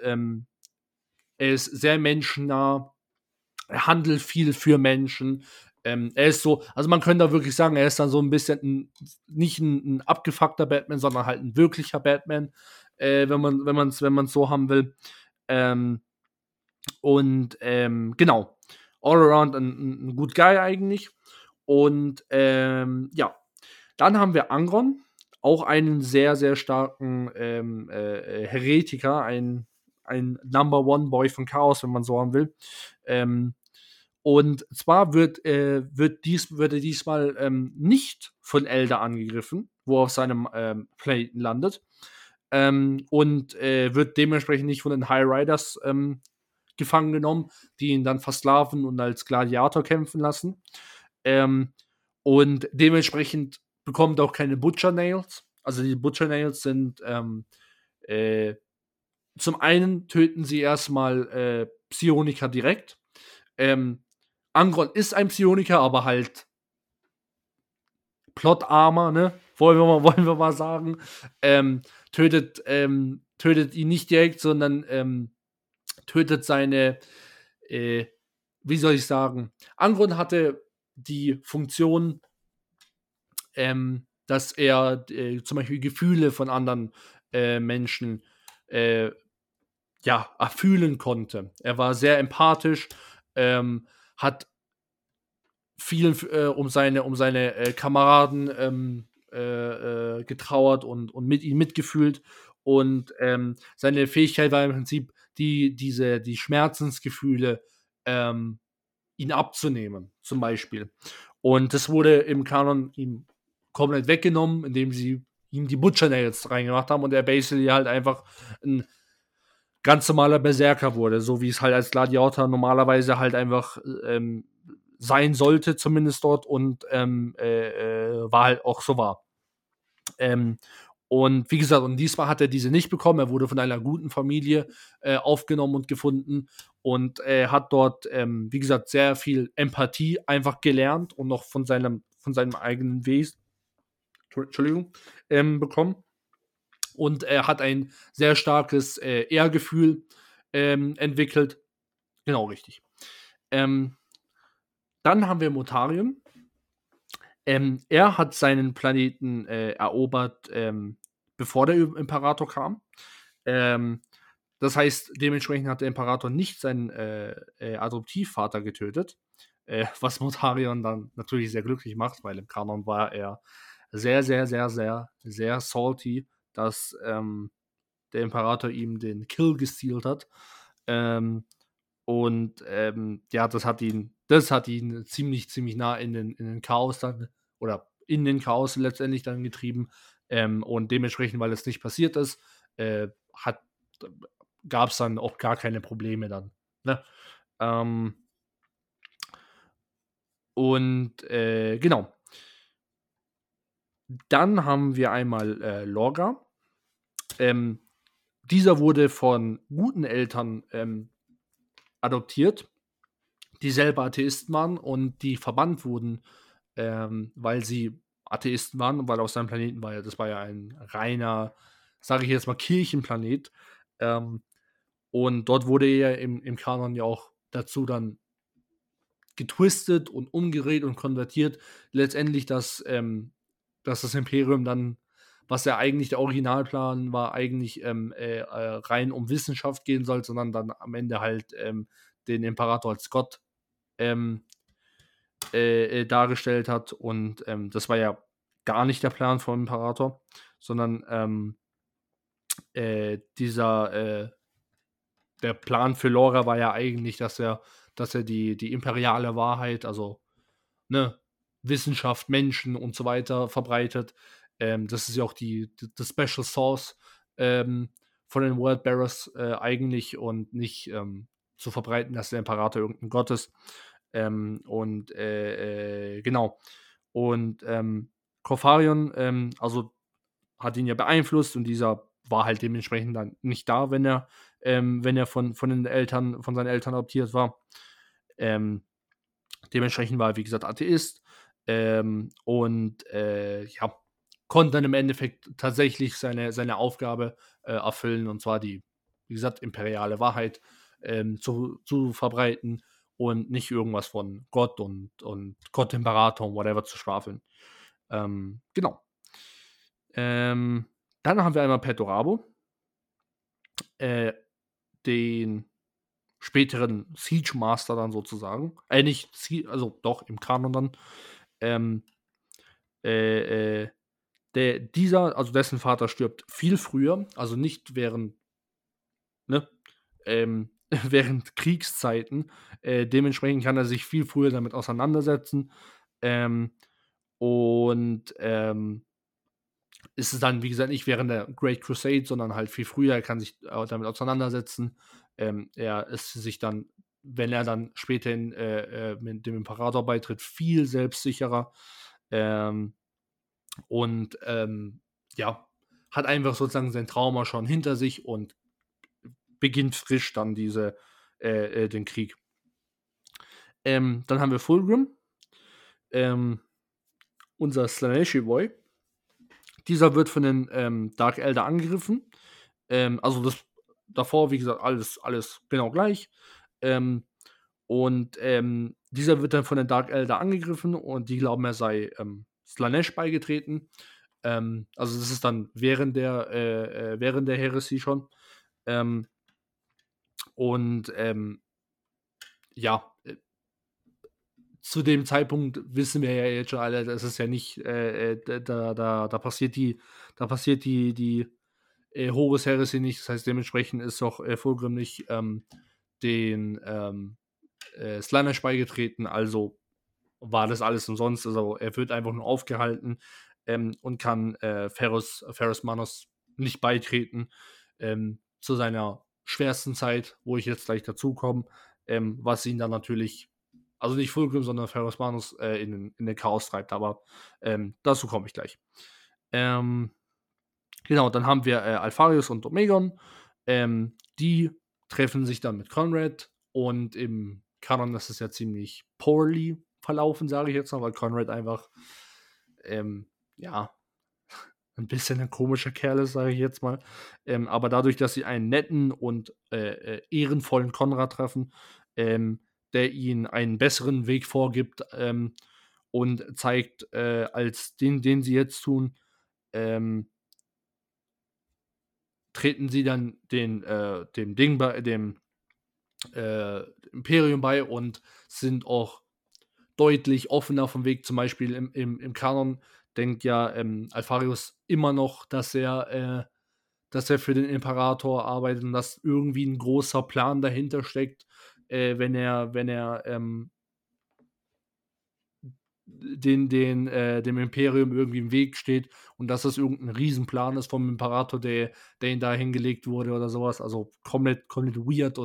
ist sehr menschennah. Er handelt viel für Menschen. Er ist so, also man könnte da wirklich sagen, er ist dann so ein bisschen nicht ein abgefuckter Batman, sondern halt ein wirklicher Batman, wenn man es so haben will. Genau. All around ein good guy eigentlich. Und ja. Dann haben wir Angron, auch einen sehr, sehr starken Heretiker, ein Number One Boy von Chaos, wenn man so haben will. Und zwar wird er diesmal nicht von Elder angegriffen, wo er auf seinem Planeten landet. Wird dementsprechend nicht von den High Riders gefangen genommen, die ihn dann versklaven und als Gladiator kämpfen lassen. Und dementsprechend bekommt auch keine Butcher Nails. Also die Butcher Nails sind zum einen töten sie erstmal Psioniker direkt. Angron ist ein Psioniker, aber halt Plot-Armer, ne? Wollen wir mal sagen. Tötet ihn nicht direkt, sondern tötet seine, wie soll ich sagen? Angron hatte die Funktion, dass er zum Beispiel Gefühle von anderen Menschen erfühlen konnte. Er war sehr empathisch, hat viel um seine Kameraden getrauert und mit ihnen mitgefühlt. Und seine Fähigkeit war im Prinzip, die Schmerzensgefühle ihn abzunehmen, zum Beispiel. Und das wurde im Kanon ihm komplett weggenommen, indem sie ihm die Butcher Nails reingemacht haben und er basically halt einfach ein ganz normaler Berserker wurde, so wie es halt als Gladiator normalerweise halt einfach sein sollte, zumindest dort, und war halt auch so war. Und wie gesagt, und diesmal hat er diese nicht bekommen. Er wurde von einer guten Familie aufgenommen und gefunden und hat dort, wie gesagt, sehr viel Empathie einfach gelernt und noch von seinem eigenen Wesen bekommen. Und er hat ein sehr starkes Ehrgefühl entwickelt. Genau, richtig. Dann haben wir Motarium. Er hat seinen Planeten erobert, bevor der Imperator kam. Das heißt, dementsprechend hat der Imperator nicht seinen Adoptivvater getötet, was Mortarion dann natürlich sehr glücklich macht, weil im Kanon war er sehr, sehr, sehr, sehr, sehr salty, dass der Imperator ihm den Kill gestealt hat. Ja, das hat ihn ziemlich, ziemlich nah in den Chaos dann, oder in den Chaos letztendlich dann getrieben. Und dementsprechend, weil es nicht passiert ist, gab es dann auch gar keine Probleme dann. Ne? Genau. Dann haben wir einmal Lorga. Dieser wurde von guten Eltern adoptiert, die selber Atheisten waren und die verbannt wurden, weil sie Atheisten waren und weil auf seinem Planeten das war ja ein reiner, sage ich jetzt mal, Kirchenplanet. Und dort wurde er im Kanon ja auch dazu dann getwistet und umgedreht und konvertiert. Letztendlich, dass das Imperium dann, was ja eigentlich der Originalplan war, eigentlich rein um Wissenschaft gehen soll, sondern dann am Ende halt den Imperator als Gott dargestellt hat. Und das war ja gar nicht der Plan vom Imperator, sondern der Plan für Lora war ja eigentlich, dass er die imperiale Wahrheit, also ne, Wissenschaft, Menschen und so weiter verbreitet. Das ist ja auch die Special Source von den Worldbearers eigentlich, und nicht zu verbreiten, dass der Imperator irgendein Gott ist. Genau. Und Corfarion, hat ihn ja beeinflusst, und dieser war halt dementsprechend dann nicht da, wenn er von seinen Eltern adoptiert war. Dementsprechend war er, wie gesagt, Atheist. Ja, konnte dann im Endeffekt tatsächlich seine Aufgabe erfüllen, und zwar die, wie gesagt, imperiale Wahrheit zu verbreiten und nicht irgendwas von Gott und Gott, Imperator und whatever zu schwafeln. Genau. Dann haben wir einmal Perturabo, den späteren Siege Master dann sozusagen. Nicht, also doch, im Kanon dann. Ähm, also dessen Vater stirbt viel früher, also nicht während, ne, während Kriegszeiten. Dementsprechend kann er sich viel früher damit auseinandersetzen. Ähm, und ist es dann, wie gesagt, nicht während der Great Crusade, sondern halt viel früher. Er kann sich damit auseinandersetzen. Er ist sich dann, wenn er dann später mit dem Imperator beitritt, viel selbstsicherer. Ja, hat einfach sozusagen sein Trauma schon hinter sich und beginnt frisch dann den Krieg. Dann haben wir Fulgrim, unser Slaaneshi Boy. Dieser wird von den Dark Elder angegriffen. Also das davor, wie gesagt, alles genau gleich. Dieser wird dann von den Dark Elder angegriffen, und die glauben, er sei Slaanesh beigetreten. Also das ist dann während der Heresie schon. Ja, zu dem Zeitpunkt wissen wir ja jetzt schon alle, das ist ja nicht, da passiert die Horus Heresy nicht. Das heißt, dementsprechend ist auch Fulgrim nicht den Slaanesh beigetreten, also war das alles umsonst. Also er wird einfach nur aufgehalten und kann Ferrus Manos nicht beitreten zu seiner schwersten Zeit, wo ich jetzt gleich dazu komme, was ihn dann natürlich, also nicht Fulgrim, sondern Ferrus Manus in den Chaos treibt, aber dazu komme ich gleich. Genau, dann haben wir Alpharius und Omegon. Die treffen sich dann mit Conrad, und im Kanon, das ist ja ziemlich poorly verlaufen, sage ich jetzt noch, weil Conrad einfach ja, ein bisschen ein komischer Kerl ist, sage ich jetzt mal. Aber dadurch, dass sie einen netten und ehrenvollen Konrad treffen, der ihnen einen besseren Weg vorgibt und zeigt, als den sie jetzt tun, treten sie dann dem Ding bei dem Imperium bei und sind auch deutlich offener vom Weg. Zum Beispiel im Kanon denkt ja Alpharius immer noch, dass er für den Imperator arbeitet und dass irgendwie ein großer Plan dahinter steckt, wenn er dem Imperium irgendwie im Weg steht und dass das irgendein Riesenplan ist vom Imperator, der ihn da hingelegt wurde oder sowas. Also komplett weird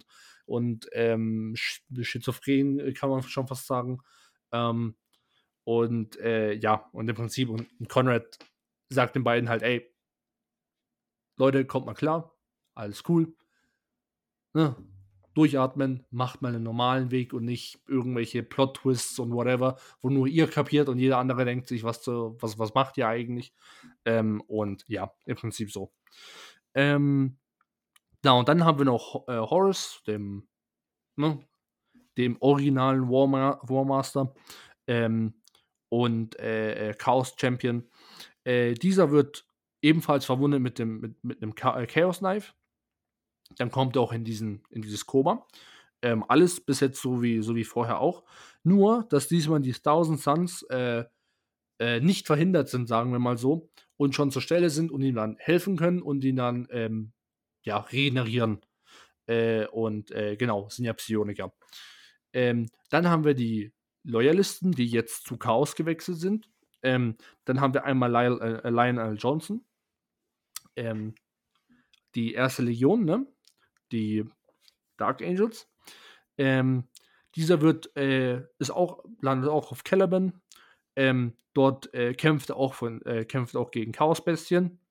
und schizophren, kann man schon fast sagen. Ähm, ja, und im Prinzip, und Conrad sagt den beiden halt, ey, Leute, kommt mal klar, alles cool, ne? Durchatmen, macht mal einen normalen Weg und nicht irgendwelche Plot-Twists und whatever, wo nur ihr kapiert und jeder andere denkt sich, was macht ihr eigentlich? Und ja, im Prinzip so. Und dann haben wir noch Horus, ne, dem originalen Warmaster, ähm, und Chaos Champion. Dieser wird ebenfalls verwundet mit einem Chaos Knife. Dann kommt er auch in dieses Koma. Alles bis jetzt so wie vorher auch. Nur, dass diesmal die Thousand Suns nicht verhindert sind, sagen wir mal so, und schon zur Stelle sind und ihm dann helfen können und ihn dann ja, regenerieren. Genau, sind ja Psioniker. Dann haben wir die Loyalisten, die jetzt zu Chaos gewechselt sind. Dann haben wir einmal Lionel Johnson, die erste Legion, ne? Die Dark Angels. Dieser landet auch auf Caliban. Dort kämpft er auch gegen Chaosbestien.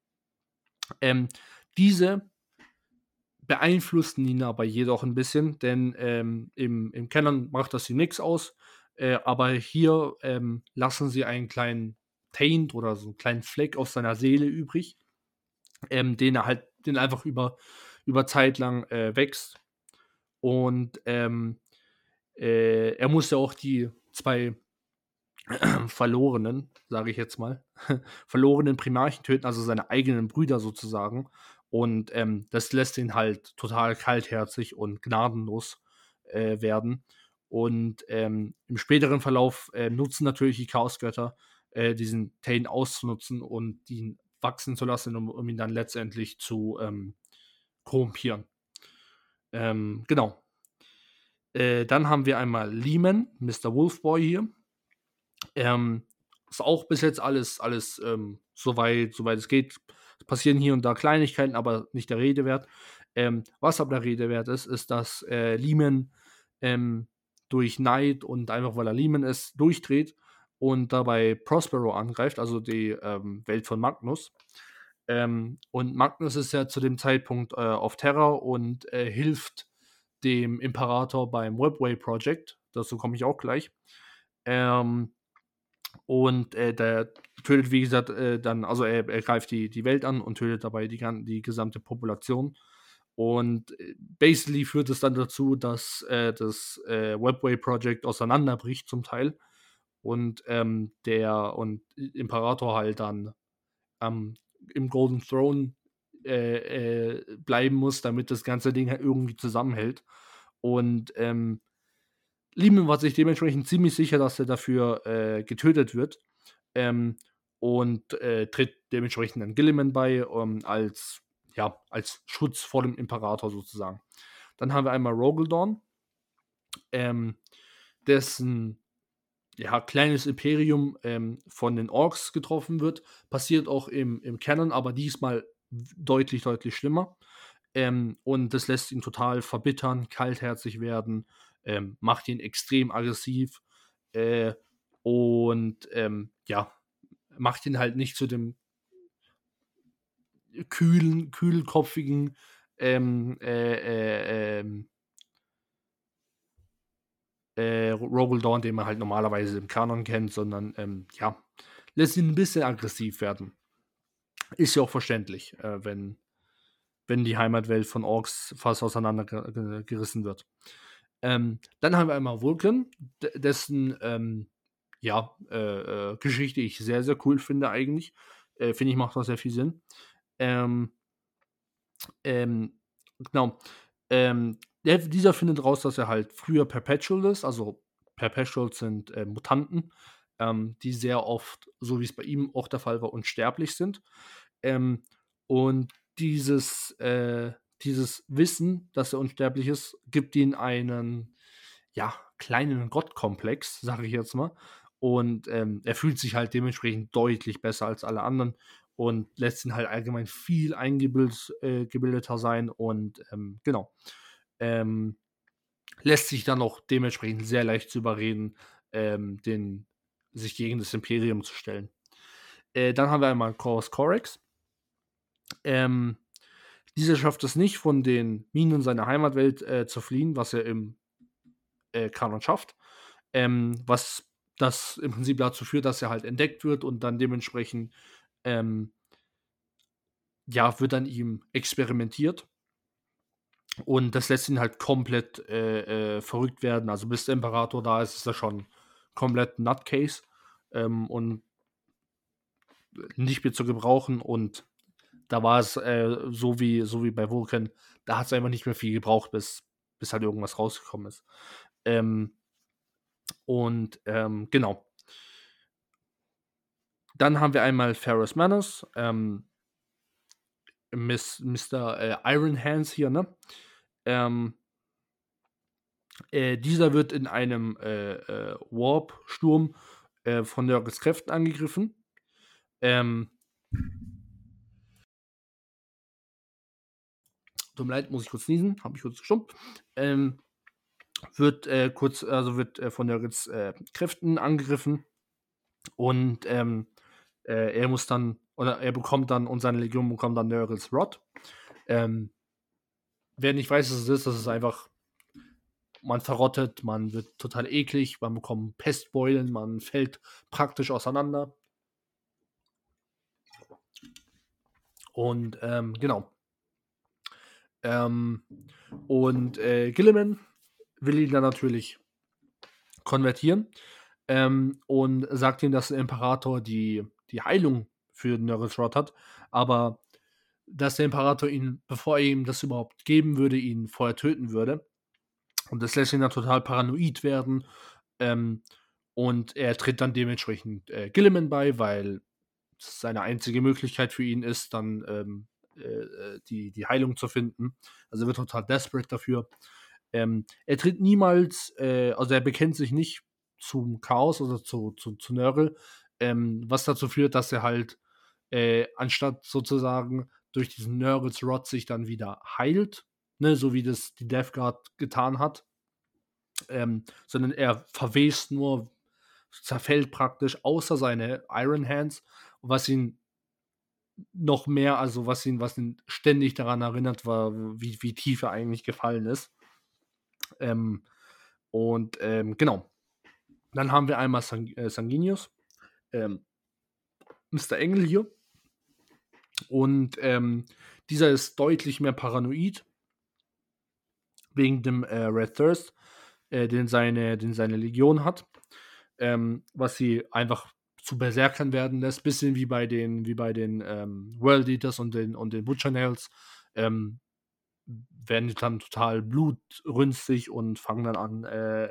Diese beeinflussten ihn aber jedoch ein bisschen, denn im Canon macht das sie nichts aus. Aber hier lassen sie einen kleinen Taint oder so einen kleinen Fleck aus seiner Seele übrig, den einfach über Zeit lang wächst. Und er muss ja auch die zwei verlorenen, sage ich jetzt mal, verlorenen Primarchen töten, also seine eigenen Brüder sozusagen. Und das lässt ihn halt total kaltherzig und gnadenlos werden. Und im späteren Verlauf nutzen natürlich die Chaosgötter diesen Tain auszunutzen und ihn wachsen zu lassen, um ihn dann letztendlich zu korrumpieren. Genau. Dann haben wir einmal Lehman, Mr. Wolfboy hier. Ist auch bis jetzt alles soweit es geht. Es passieren hier und da Kleinigkeiten, aber nicht der Rede wert. Was aber der Rede wert ist, dass Lehman durch Neid und einfach weil er Lehman ist, durchdreht und dabei Prospero angreift, also die Welt von Magnus. Und Magnus ist ja zu dem Zeitpunkt auf Terra und hilft dem Imperator beim Webway Project. Dazu komme ich auch gleich. Und der tötet, wie gesagt, also er greift die Welt an und tötet dabei die gesamte Population. Und basically führt es dann dazu, dass das Webway Project auseinanderbricht zum Teil. Und der Imperator halt dann im Golden Throne bleiben muss, damit das ganze Ding halt irgendwie zusammenhält. Und Lehman war sich dementsprechend ziemlich sicher, dass er dafür getötet wird. Und tritt dementsprechend an Gilliman bei, als Schutz vor dem Imperator sozusagen. Dann haben wir einmal Rogaldorn, dessen kleines Imperium von den Orks getroffen wird. Passiert auch im Canon, aber diesmal deutlich, deutlich schlimmer. Und das lässt ihn total verbittern, kaltherzig werden, macht ihn extrem aggressiv und macht ihn halt nicht zu dem kühlkopfigen Rogaldorn, den man halt normalerweise im Kanon kennt, sondern lässt ihn ein bisschen aggressiv werden. Ist ja auch verständlich, wenn die Heimatwelt von Orks fast auseinandergerissen wird. Dann haben wir einmal Vulcan, dessen Geschichte ich sehr, sehr cool finde eigentlich. Finde ich, macht auch sehr viel Sinn. Ähm, genau. Dieser findet raus, dass er halt früher Perpetual ist. Also Perpetuals sind Mutanten, die sehr oft, so wie es bei ihm auch der Fall war, unsterblich sind. Ähm, und dieses Wissen, dass er unsterblich ist, gibt ihm einen, ja, kleinen Gottkomplex, sage ich jetzt mal. Und er fühlt sich halt dementsprechend deutlich besser als alle anderen und lässt ihn halt allgemein viel gebildeter sein und genau. Ähm, lässt sich dann auch dementsprechend sehr leicht zu überreden, sich gegen das Imperium zu stellen. Dann haben wir einmal Corvus Corex. Ähm, dieser schafft es nicht, von den Minen seiner Heimatwelt zu fliehen, was er im Kanon schafft. Was das im Prinzip dazu führt, dass er halt entdeckt wird und dann dementsprechend, ähm, ja, wird an ihm experimentiert. Und das lässt ihn halt komplett verrückt werden. Also bis der Imperator da ist, ist er schon komplett Nutcase und nicht mehr zu gebrauchen. Und da war es so wie bei Vulcan, da hat es einfach nicht mehr viel gebraucht, bis halt irgendwas rausgekommen ist. Genau. Dann haben wir einmal Ferrus Manus, Mr. Iron Hands hier, ne? Ähm, dieser wird in einem Warp-Sturm von Nurgles Kräften angegriffen. Ähm, Tut mir leid, muss ich kurz niesen, habe ich kurz gestummt. Wird von Nurgles Kräften angegriffen und er muss dann, oder er bekommt dann, und seine Legion bekommt dann Nurgles Rod. Wer nicht weiß, was es ist, das ist einfach, man verrottet, man wird total eklig, man bekommt Pestbeulen, man fällt praktisch auseinander. Und genau. Gilliman will ihn dann natürlich konvertieren und sagt ihm, dass der Imperator die Heilung für Nurgles Rod hat, aber dass der Imperator ihn, bevor er ihm das überhaupt geben würde, ihn vorher töten würde. Und das lässt ihn dann total paranoid werden. Und er tritt dann dementsprechend Gilliman bei, weil es seine einzige Möglichkeit für ihn ist, dann die Heilung zu finden. Also er wird total desperate dafür. Er tritt niemals, also er bekennt sich nicht zum Chaos oder zu Nörgel, was dazu führt, dass er halt anstatt sozusagen durch diesen Nörgels Rod sich dann wieder heilt, ne, so wie das die Death Guard getan hat, sondern er verwest nur, zerfällt praktisch, außer seine Iron Hands, was ihn noch mehr, also was ihn ständig daran erinnert, war, wie tief er eigentlich gefallen ist. Genau. Dann haben wir einmal Sanguinius, Mr. Engel hier. Und dieser ist deutlich mehr paranoid wegen dem Red Thirst, den seine Legion hat, was sie einfach zu Berserkern werden lässt, bisschen wie bei den World Eaters und den Butcher Nails, werden die dann total blutrünstig und fangen dann an,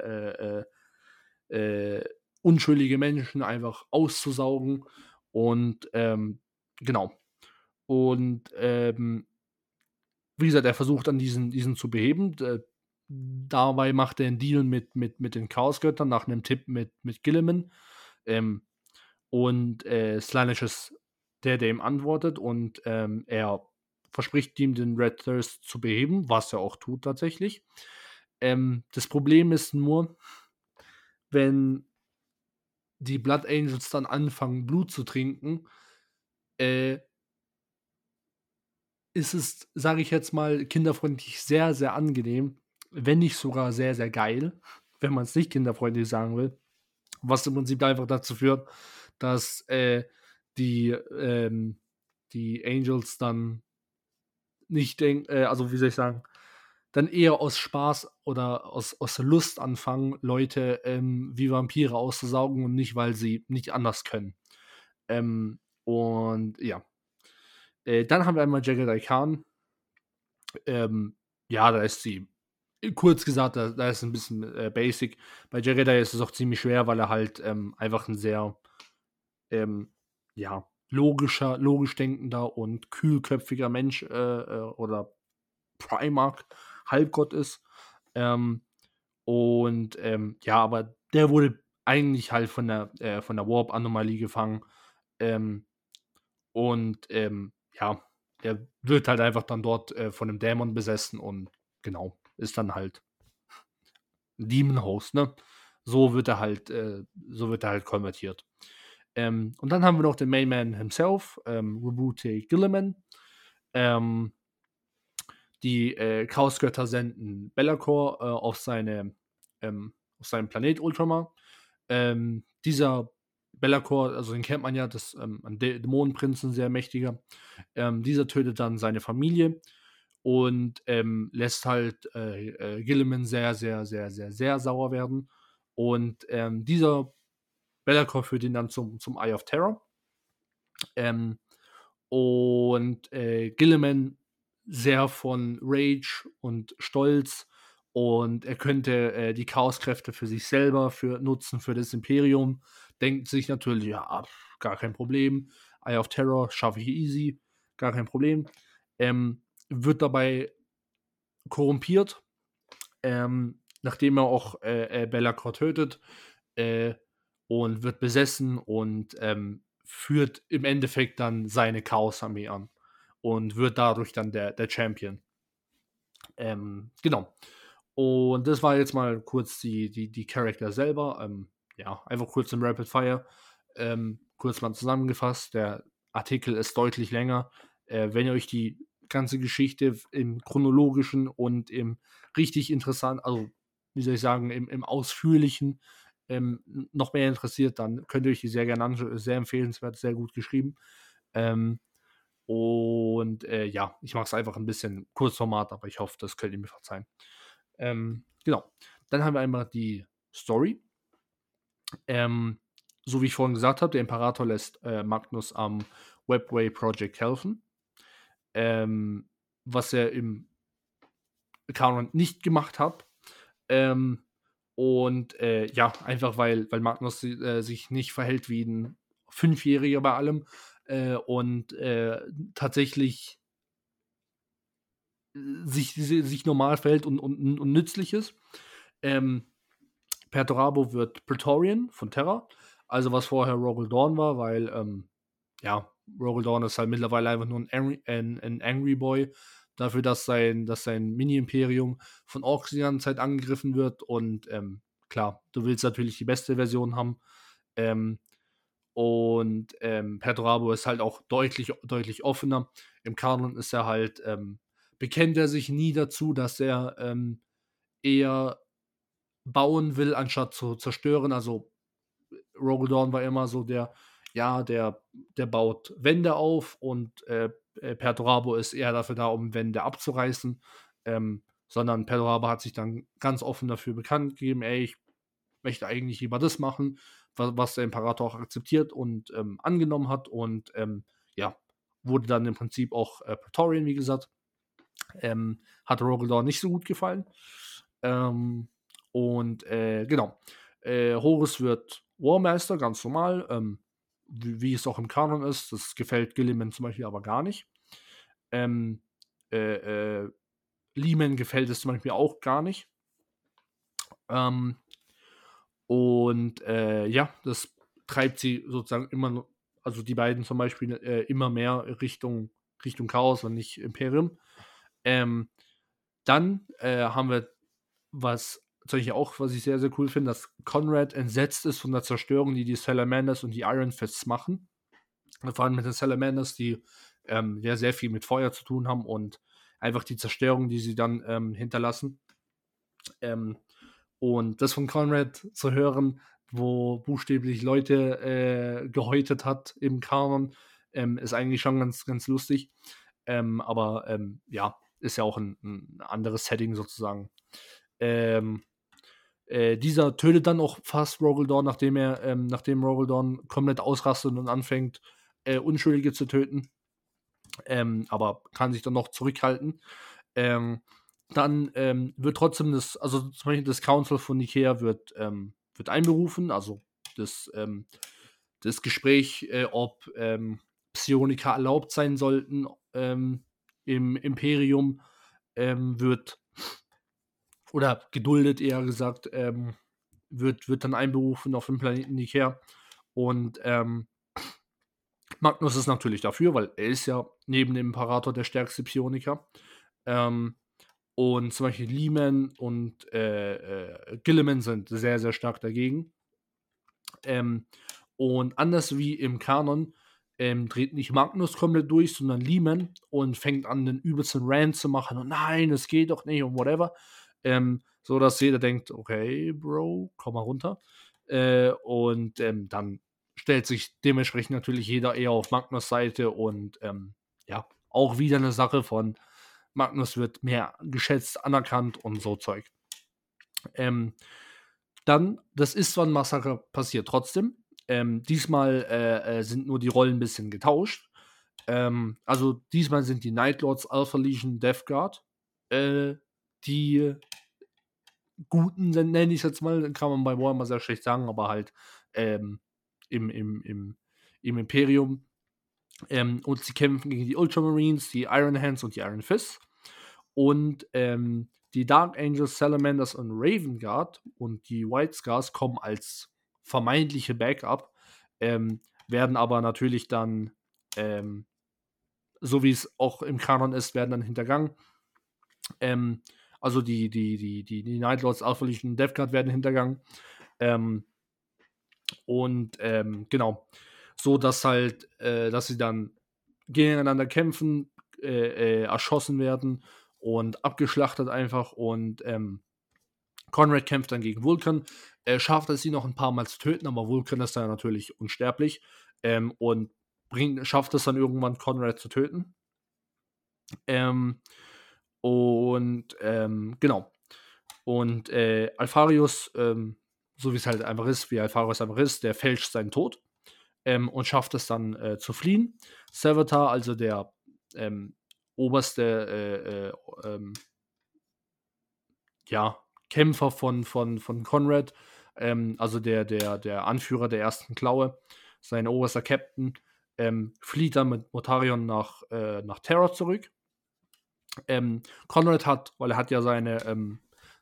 unschuldige Menschen einfach auszusaugen. Und genau. Und wie gesagt, er versucht dann diesen zu beheben. Dabei macht er einen Deal mit den Chaosgöttern nach einem Tipp mit Gilliman. Slaanesh ist der ihm antwortet, und er verspricht ihm, den Red Thirst zu beheben, was er auch tut tatsächlich. Das Problem ist nur, wenn die Blood Angels dann anfangen, Blut zu trinken, ist es, sage ich jetzt mal, kinderfreundlich sehr, sehr angenehm, wenn nicht sogar sehr, sehr geil, wenn man es nicht kinderfreundlich sagen will. Was im Prinzip einfach dazu führt, dass die Angels dann nicht denken, also wie soll ich sagen, dann eher aus Spaß oder aus Lust anfangen, Leute wie Vampire auszusaugen und nicht, weil sie nicht anders können. Und ja. Dann haben wir einmal Jagged Eye Khan. Ja, da ist sie, kurz gesagt, da ist ein bisschen basic. Bei Jedediah ist es auch ziemlich schwer, weil er halt einfach ein sehr ja, logisch denkender und kühlköpfiger Mensch oder Primarch, Halbgott ist. Ähm, ja, aber der wurde eigentlich halt von der Warp-Anomalie gefangen. Ähm, ja, der wird halt einfach dann dort von einem Dämon besessen und genau, ist dann halt ein Demon Host, ne? So wird er halt konvertiert. Und dann haben wir noch den Mainman himself, Robute Gilliman. Die Chaosgötter senden Be'lakor auf seinen Planet Ultramar. Dieser Be'lakor, also den kennt man ja, das ein Dämonenprinzen, sehr mächtiger. Dieser tötet dann seine Familie und lässt halt Gilliman sehr, sehr, sehr, sehr, sehr sauer werden. Und dieser Be'lakor führt ihn dann zum Eye of Terror. Gilliman sehr von Rage und Stolz und er könnte die Chaoskräfte für sich selber nutzen, für das Imperium. Denkt sich natürlich, ja, gar kein Problem. Eye of Terror schaffe ich easy, gar kein Problem. Wird dabei korrumpiert, nachdem er auch Be'lakor tötet und wird besessen und führt im Endeffekt dann seine Chaos-Armee an und wird dadurch dann der Champion. Genau. Und das war jetzt mal kurz die Charakter selber. Ja, einfach kurz im Rapid Fire. Kurz mal zusammengefasst. Der Artikel ist deutlich länger. Wenn ihr euch die ganze Geschichte im chronologischen und im richtig interessant, also wie soll ich sagen, im ausführlichen noch mehr interessiert, dann könnt ihr euch die sehr gerne anschauen. Sehr empfehlenswert, sehr gut geschrieben. Ja, ich mache es einfach ein bisschen Kurzformat, aber ich hoffe, das könnt ihr mir verzeihen. Genau. Dann haben wir einmal die Story. So wie ich vorhin gesagt habe, der Imperator lässt Magnus am Webway Project helfen. Was er im Kanon nicht gemacht hat. Ja, einfach weil Magnus sich nicht verhält wie ein Fünfjähriger bei allem und tatsächlich sich normal verhält und nützlich ist. Perturabo wird Praetorian von Terra, also was vorher Rogel Dawn war, weil ja, Rogel Dawn ist halt mittlerweile einfach nur ein Angry Boy dafür, dass sein Mini-Imperium von Orks die ganze Zeit angegriffen wird und klar, du willst natürlich die beste Version haben. Perturabo ist halt auch deutlich offener. Im Kanon ist er halt, bekennt er sich nie dazu, dass er eher bauen will, anstatt zu zerstören. Also Rogel Dawn war immer so der baut Wände auf und Perturabo ist eher dafür da, um Wände abzureißen. Sondern Perturabo hat sich dann ganz offen dafür bekannt gegeben, ey, ich möchte eigentlich lieber das machen, was der Imperator auch akzeptiert und angenommen hat. Und ja, wurde dann im Prinzip auch Praetorian, wie gesagt. Hat Rogel Dawn nicht so gut gefallen. Genau. Horus wird Warmaster, ganz normal, wie es auch im Kanon ist. Das gefällt Gilliman zum Beispiel aber gar nicht. Leman gefällt es zum Beispiel auch gar nicht. Ja, das treibt sie sozusagen immer, also die beiden zum Beispiel, immer mehr Richtung Chaos und nicht Imperium. Dann haben wir was ich sehr, sehr cool finde, dass Conrad entsetzt ist von der Zerstörung, die Salamanders und die Iron Fists machen. Vor allem mit den Salamanders, die ja sehr viel mit Feuer zu tun haben und einfach die Zerstörung, die sie dann hinterlassen. Und das von Conrad zu hören, wo buchstäblich Leute gehäutet hat im Kanon, ist eigentlich schon ganz, ganz lustig. Ja, ist ja auch ein anderes Setting sozusagen. Dieser tötet dann auch fast Rogel Dawn, nachdem Rogel Dawn komplett ausrastet und anfängt, Unschuldige zu töten. Aber kann sich dann noch zurückhalten. Dann wird trotzdem also zum Beispiel das Council von Nikea wird einberufen, also das Gespräch, ob Psioniker erlaubt sein sollten im Imperium, wird oder geduldet eher gesagt, wird dann einberufen auf dem Planeten Nikea. Und Magnus ist natürlich dafür, weil er ist ja neben dem Imperator der stärkste Psioniker. Und zum Beispiel Leman und Gilliman sind sehr, sehr stark dagegen. Und anders wie im Kanon dreht nicht Magnus komplett durch, sondern Leman und fängt an, den übelsten Rant zu machen und nein, es geht doch nicht und whatever. So dass jeder denkt, okay, Bro, komm mal runter. Und dann stellt sich dementsprechend natürlich jeder eher auf Magnus Seite und ja, auch wieder eine Sache von Magnus wird mehr geschätzt, anerkannt und so Zeug. Dann, das ist zwar ein Massaker passiert trotzdem. Diesmal sind nur die Rollen ein bisschen getauscht. Also diesmal sind die Night Lords, Alpha Legion, Death Guard die Guten, nenne ich es jetzt mal, kann man bei Warhammer sehr schlecht sagen, aber halt im Imperium. Und sie kämpfen gegen die Ultramarines, die Iron Hands und die Iron Fists. Und die Dark Angels, Salamanders und Raven Guard und die White Scars kommen als vermeintliche Backup, werden aber natürlich dann, so wie es auch im Kanon ist, werden dann hintergangen. Also die Night Lords, Alpha Legion und Death Guard werden hintergangen. Genau. So, dass halt, dass sie dann gegeneinander kämpfen, erschossen werden und abgeschlachtet einfach. Und Conrad kämpft dann gegen Vulcan. Schafft es, sie noch ein paar Mal zu töten, aber Vulcan ist dann natürlich unsterblich und schafft es dann irgendwann, Conrad zu töten. Genau. Und Alpharius, so wie es halt einfach ist, wie Alpharius einfach ist, der fälscht seinen Tod und schafft es dann zu fliehen. Sevatar, also der oberste Kämpfer von Conrad, also der Anführer der ersten Klaue, sein oberster Captain, flieht dann mit Mortarion nach Terra zurück. Conrad hat, weil er hat ja seine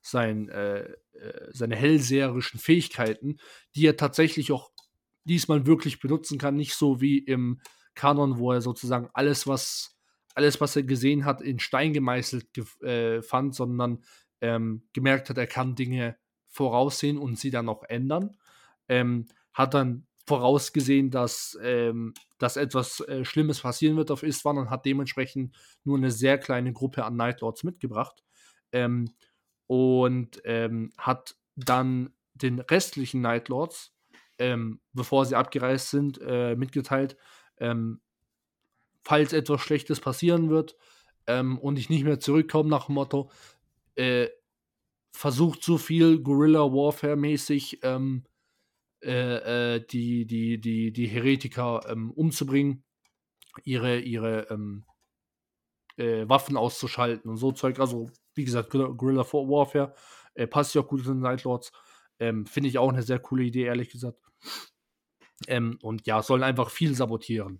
hellseherischen Fähigkeiten, die er tatsächlich auch diesmal wirklich benutzen kann, nicht so wie im Kanon, wo er sozusagen alles, was er gesehen hat, in Stein gemeißelt fand, sondern gemerkt hat, er kann Dinge voraussehen und sie dann auch ändern. Hat dann vorausgesehen, dass etwas Schlimmes passieren wird auf Istvan und hat dementsprechend nur eine sehr kleine Gruppe an Night Lords mitgebracht. Hat dann den restlichen Night Lords, bevor sie abgereist sind, mitgeteilt, falls etwas Schlechtes passieren wird und ich nicht mehr zurückkomme, nach dem Motto, versucht so viel Guerilla Warfare mäßig die Heretiker umzubringen, ihre Waffen auszuschalten und so Zeug. Also, wie gesagt, Guerilla Warfare passt ja auch gut zu den Night Lords. Finde ich auch eine sehr coole Idee, ehrlich gesagt. Und ja, sollen einfach viel sabotieren.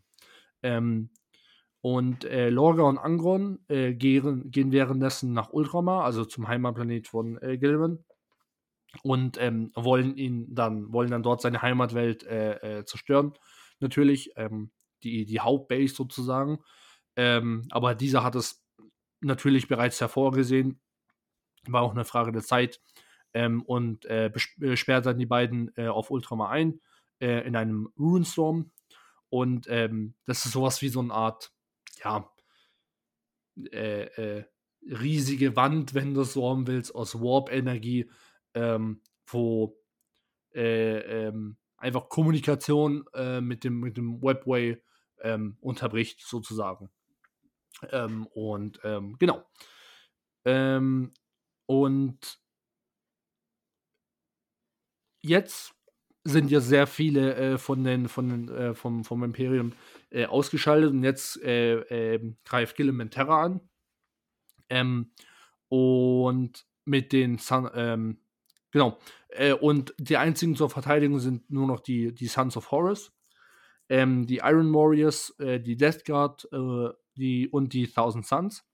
Lorga und Angron gehen währenddessen nach Ultramar, also zum Heimatplanet von Gilliman, und wollen dann dort seine Heimatwelt zerstören. Natürlich, die Hauptbase sozusagen. Aber dieser hat es natürlich bereits hervorgesehen. War auch eine Frage der Zeit. Sperrt dann die beiden auf Ultramar ein, in einem Runestorm. Und das ist sowas wie so eine Art, ja, riesige Wand, wenn du es so haben willst, aus Warp-Energie, wo einfach Kommunikation mit dem Webway unterbricht, sozusagen. Genau. Und jetzt sind ja sehr viele vom Imperium ausgeschaltet und jetzt greift Gilliman Terra an. Ähm, und mit den genau. Und die einzigen zur Verteidigung sind nur noch die Sons of Horus, die Iron Warriors, die Death Guard und die Thousand Suns.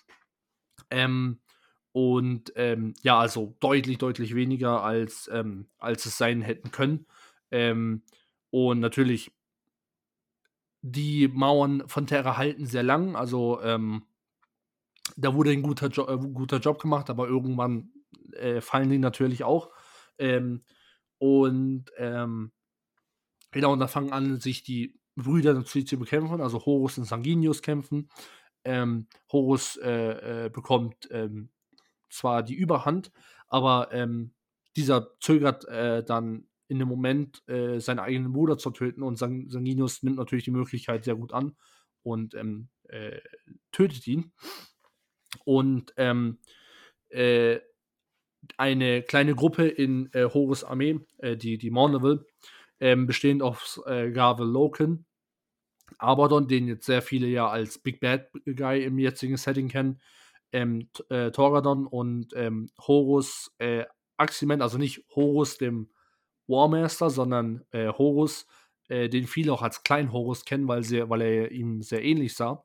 Ja, also deutlich, deutlich weniger als es sein hätten können. Und natürlich, die Mauern von Terra halten sehr lang. Also, da wurde ein guter Job gemacht, aber irgendwann fallen die natürlich auch. Ähm, und genau, und da fangen an, sich die Brüder natürlich zu bekämpfen. Also Horus und Sanguinius kämpfen. Horus bekommt zwar die Überhand, aber dieser zögert dann in dem Moment, seinen eigenen Bruder zu töten, und Sanguinius nimmt natürlich die Möglichkeit sehr gut an und tötet ihn. Und äh, eine kleine Gruppe in Horus Armee, die Mournival, bestehend aus Garvel Loken, Abaddon, den jetzt sehr viele ja als Big Bad Guy im jetzigen Setting kennen, Torgadon und Horus Aximen, also nicht Horus dem Warmaster, sondern Horus, den viele auch als Klein Horus kennen, weil er ihm sehr ähnlich sah.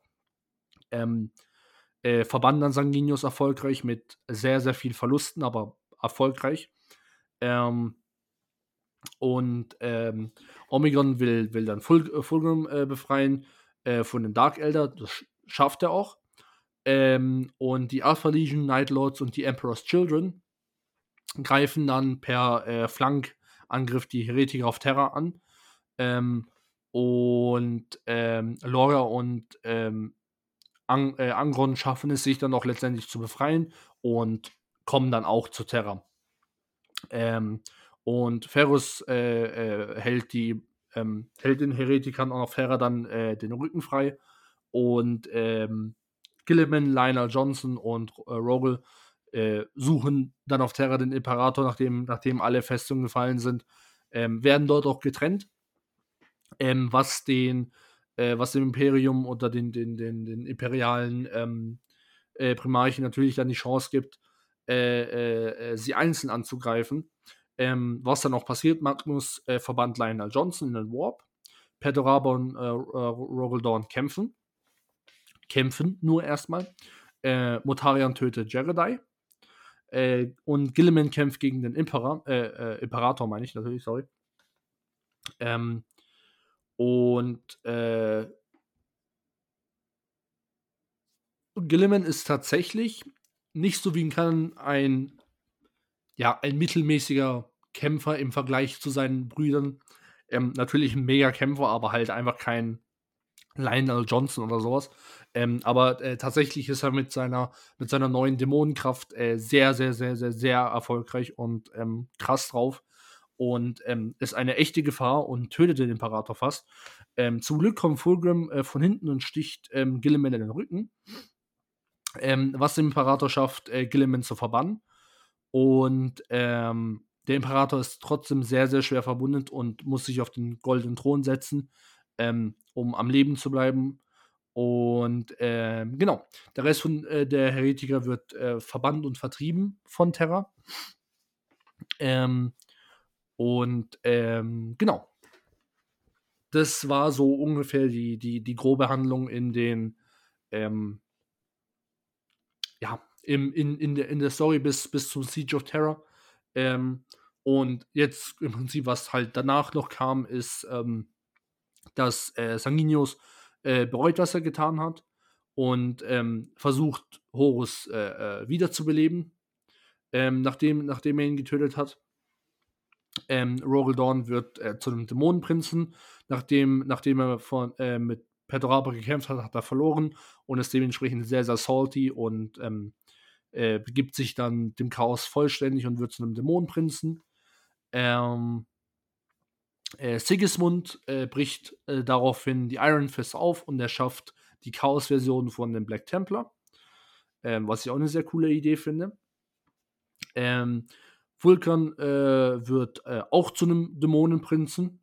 Verbannen dann Sanguinius erfolgreich mit sehr, sehr viel Verlusten, aber erfolgreich. Omegon will dann Fulgrim befreien von den Dark Elder. Das schafft er auch. Und die Alpha Legion, Night Lords und die Emperor's Children greifen dann per Flankangriff die Heretiker auf Terra an. Laura und Angron schaffen es, sich dann auch letztendlich zu befreien und kommen dann auch zu Terra. Und Ferrus hält den Heretikern auf Terra dann den Rücken frei. Und Gilliman, Lionel Johnson und Rogel suchen dann auf Terra den Imperator, nachdem alle Festungen gefallen sind, werden dort auch getrennt, was dem Imperium oder den imperialen Primarchen natürlich dann die Chance gibt, sie einzeln anzugreifen. Was dann auch passiert: Magnus verbannt Lionel Johnson in den Warp. Pedoraba und Rogel Dawn kämpfen nur erstmal. Motarian tötet Jaredai. Und Gilliman kämpft gegen den Imperator, meine ich natürlich, sorry. Gilliman ist tatsächlich nicht so wie in Kanon ein mittelmäßiger Kämpfer im Vergleich zu seinen Brüdern. Natürlich ein Mega-Kämpfer, aber halt einfach kein Lionel Johnson oder sowas. Aber tatsächlich ist er mit seiner neuen Dämonenkraft sehr, sehr, sehr, sehr, sehr erfolgreich und krass drauf. Und ist eine echte Gefahr und tötet den Imperator fast. Zum Glück kommt Fulgrim von hinten und sticht Gilliman in den Rücken. Was den Imperator schafft, Gilliman zu verbannen. Und der Imperator ist trotzdem sehr, sehr schwer verwundet und muss sich auf den goldenen Thron setzen, um am Leben zu bleiben. Und genau, der Rest von der Heretiker wird verbannt und vertrieben von Terra. Genau. Das war so ungefähr die grobe Handlung in den in der Story bis zum Siege of Terra. Und jetzt im Prinzip, was halt danach noch kam, ist, dass Sanguinius bereut, was er getan hat, und versucht, Horus wiederzubeleben, nachdem er ihn getötet hat. Rogel Dawn wird zu einem Dämonenprinzen. Nachdem er mit Pedoraba gekämpft hat, hat er verloren und ist dementsprechend sehr, sehr salty und begibt sich dann dem Chaos vollständig und wird zu einem Dämonenprinzen. Sigismund bricht daraufhin die Iron Fist auf und er schafft die Chaos-Version von dem Black Templar, was ich auch eine sehr coole Idee finde. Vulkan wird auch zu einem Dämonenprinzen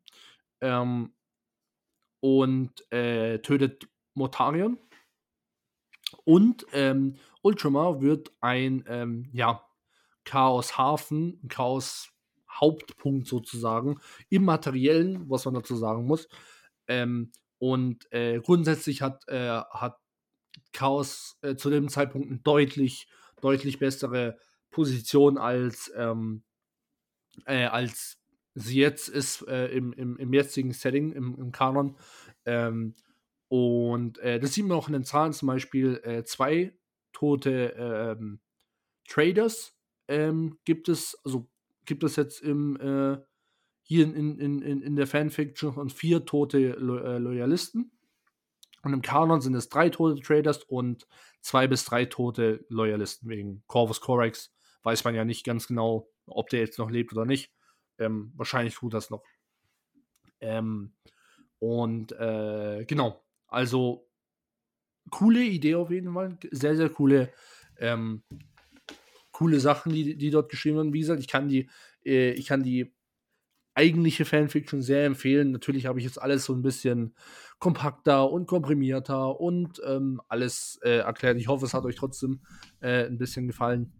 und tötet Mortarion. Und Ultramar wird ein, Chaos-Hafen, Chaos-Hauptpunkt sozusagen, im Materiellen, was man dazu sagen muss. Grundsätzlich hat Chaos zu dem Zeitpunkt eine deutlich bessere Position als sie jetzt ist im jetzigen Setting, im Kanon. Das sieht man auch in den Zahlen, zum Beispiel 2 tote Traders gibt es jetzt hier in der Fanfiction und 4 tote Loyalisten. Und im Kanon sind es 3 tote Traders und 2 bis 3 tote Loyalisten. Wegen Corvus Corax weiß man ja nicht ganz genau, ob der jetzt noch lebt oder nicht. Wahrscheinlich tut das noch. Genau. Also, coole Idee auf jeden Fall. Sehr, sehr coole Sachen, die dort geschrieben werden. Wie gesagt, ich kann die eigentliche Fanfiction sehr empfehlen. Natürlich habe ich jetzt alles so ein bisschen kompakter und komprimierter und alles erklärt. Ich hoffe, es hat euch trotzdem ein bisschen gefallen.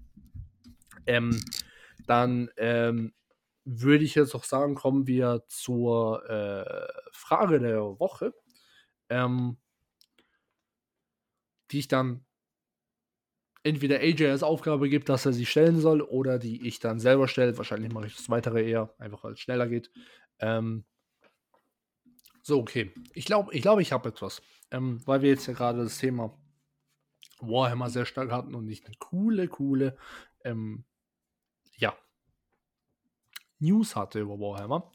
Dann würde ich jetzt auch sagen, kommen wir zur Frage der Woche, die ich dann entweder AJ als Aufgabe gibt, dass er sie stellen soll, oder die ich dann selber stelle. Wahrscheinlich mache ich das Weitere eher, einfach weil es schneller geht. Okay. Ich glaube, ich habe etwas. Weil wir jetzt ja gerade das Thema Warhammer sehr stark hatten und ich eine coole News hatte über Warhammer,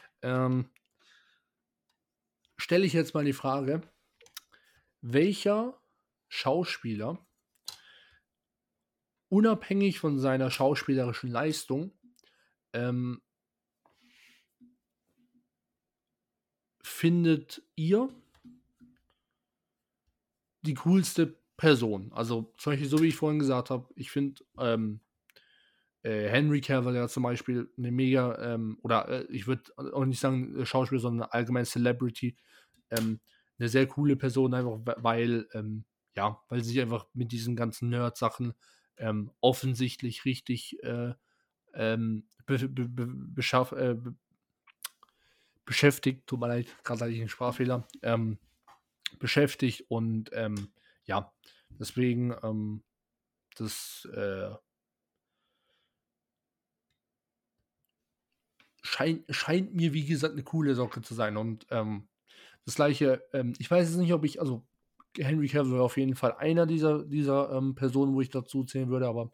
stelle ich jetzt mal die Frage, welcher Schauspieler unabhängig von seiner schauspielerischen Leistung findet ihr die coolste Person? Also zum Beispiel, so wie ich vorhin gesagt habe, ich finde Henry Cavill ja zum Beispiel eine mega, ich würde auch nicht sagen Schauspieler, sondern allgemein Celebrity, eine sehr coole Person, einfach weil sie sich einfach mit diesen ganzen Nerd-Sachen offensichtlich richtig beschäftigt. Tut mir leid, gerade hatte ich einen Sprachfehler. Beschäftigt und deswegen das scheint mir, wie gesagt, eine coole Socke zu sein. Und das Gleiche, ich weiß jetzt nicht, ob ich, also Henry Cavill wäre auf jeden Fall einer dieser Personen, wo ich dazu zählen würde, aber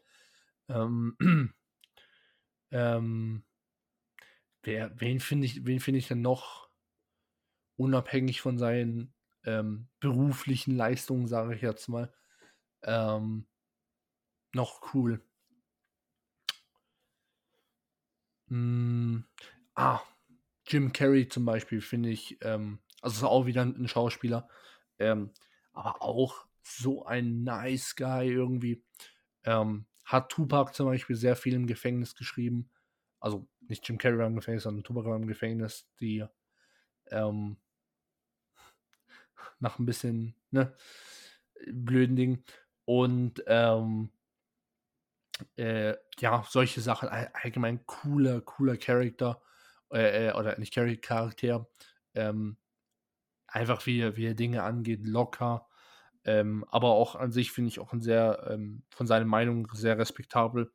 wen finde ich denn noch unabhängig von seinen beruflichen Leistungen, sage ich jetzt mal, noch cool? Jim Carrey zum Beispiel finde ich, also ist auch wieder ein Schauspieler, aber auch so ein nice Guy irgendwie. Hat Tupac zum Beispiel sehr viel im Gefängnis geschrieben. Also nicht Jim Carrey war im Gefängnis, sondern Tupac war im Gefängnis, die nach ein bisschen blöden Ding. Und solche Sachen, allgemein cooler Charakter, oder nicht Charakter, einfach wie er Dinge angeht, locker, aber auch an sich finde ich auch ein sehr, von seiner Meinung sehr respektabel.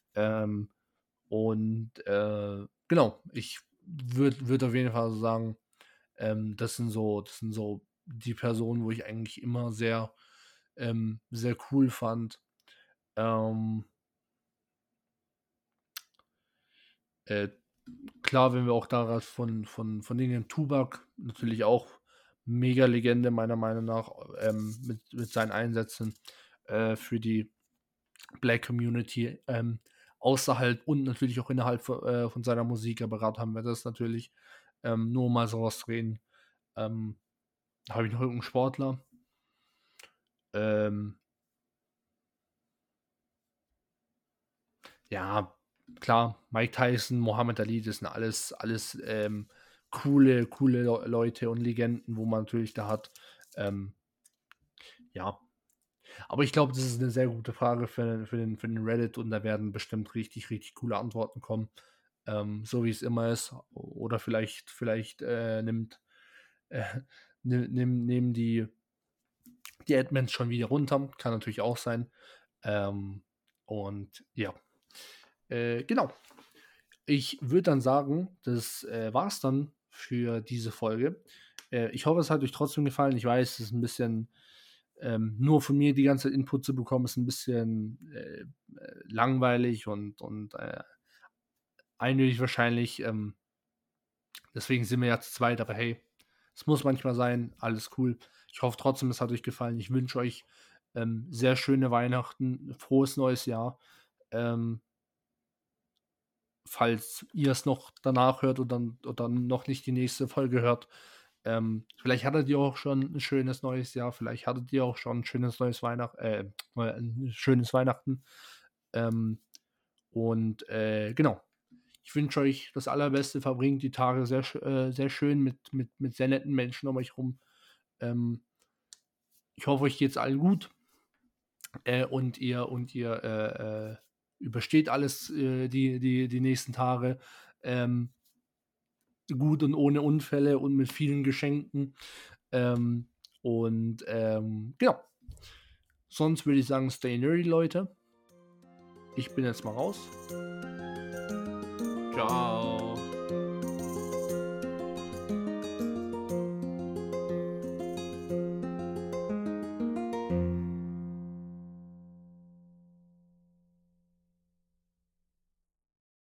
Genau, ich würde auf jeden Fall so sagen, das sind so die Personen, wo ich eigentlich immer sehr, sehr cool fand. Klar, wenn wir auch daraus von Dingen, Tupac natürlich auch mega Legende meiner Meinung nach, mit seinen Einsätzen für die Black Community außerhalb und natürlich auch innerhalb von seiner Musik, aber gerade haben wir das natürlich, nur mal so was reden. Habe ich noch irgendeinen Sportler? Ja, klar, Mike Tyson, Muhammad Ali, das sind alles coole Leute und Legenden, wo man natürlich da hat. Ja, Aber ich glaube, das ist eine sehr gute Frage für den Reddit und da werden bestimmt richtig, richtig coole Antworten kommen, so wie es immer ist. Oder vielleicht, äh, nehmen die Admins schon wieder runter. Kann natürlich auch sein. Und ja, genau. Ich würde dann sagen, das war's dann für diese Folge. Ich hoffe, es hat euch trotzdem gefallen. Ich weiß, es ist ein bisschen nur von mir die ganze Zeit Input zu bekommen, ist ein bisschen langweilig und einödig wahrscheinlich. Deswegen sind wir ja zu zweit, aber hey, es muss manchmal sein, alles cool. Ich hoffe trotzdem, es hat euch gefallen. Ich wünsche euch sehr schöne Weihnachten, frohes neues Jahr. Ähm, Falls ihr es noch danach hört oder noch nicht die nächste Folge hört. Vielleicht hattet ihr auch schon ein schönes neues Jahr, vielleicht hattet ihr auch schon ein schönes neues ein schönes Weihnachten. Genau. Ich wünsche euch das Allerbeste, verbringt die Tage sehr schön mit sehr netten Menschen um euch rum. Ähm, Ich hoffe, euch geht's allen gut und ihr übersteht alles die nächsten Tage gut und ohne Unfälle und mit vielen Geschenken. Genau. Sonst würde ich sagen, stay nerdy, Leute. Ich bin jetzt mal raus. Ciao.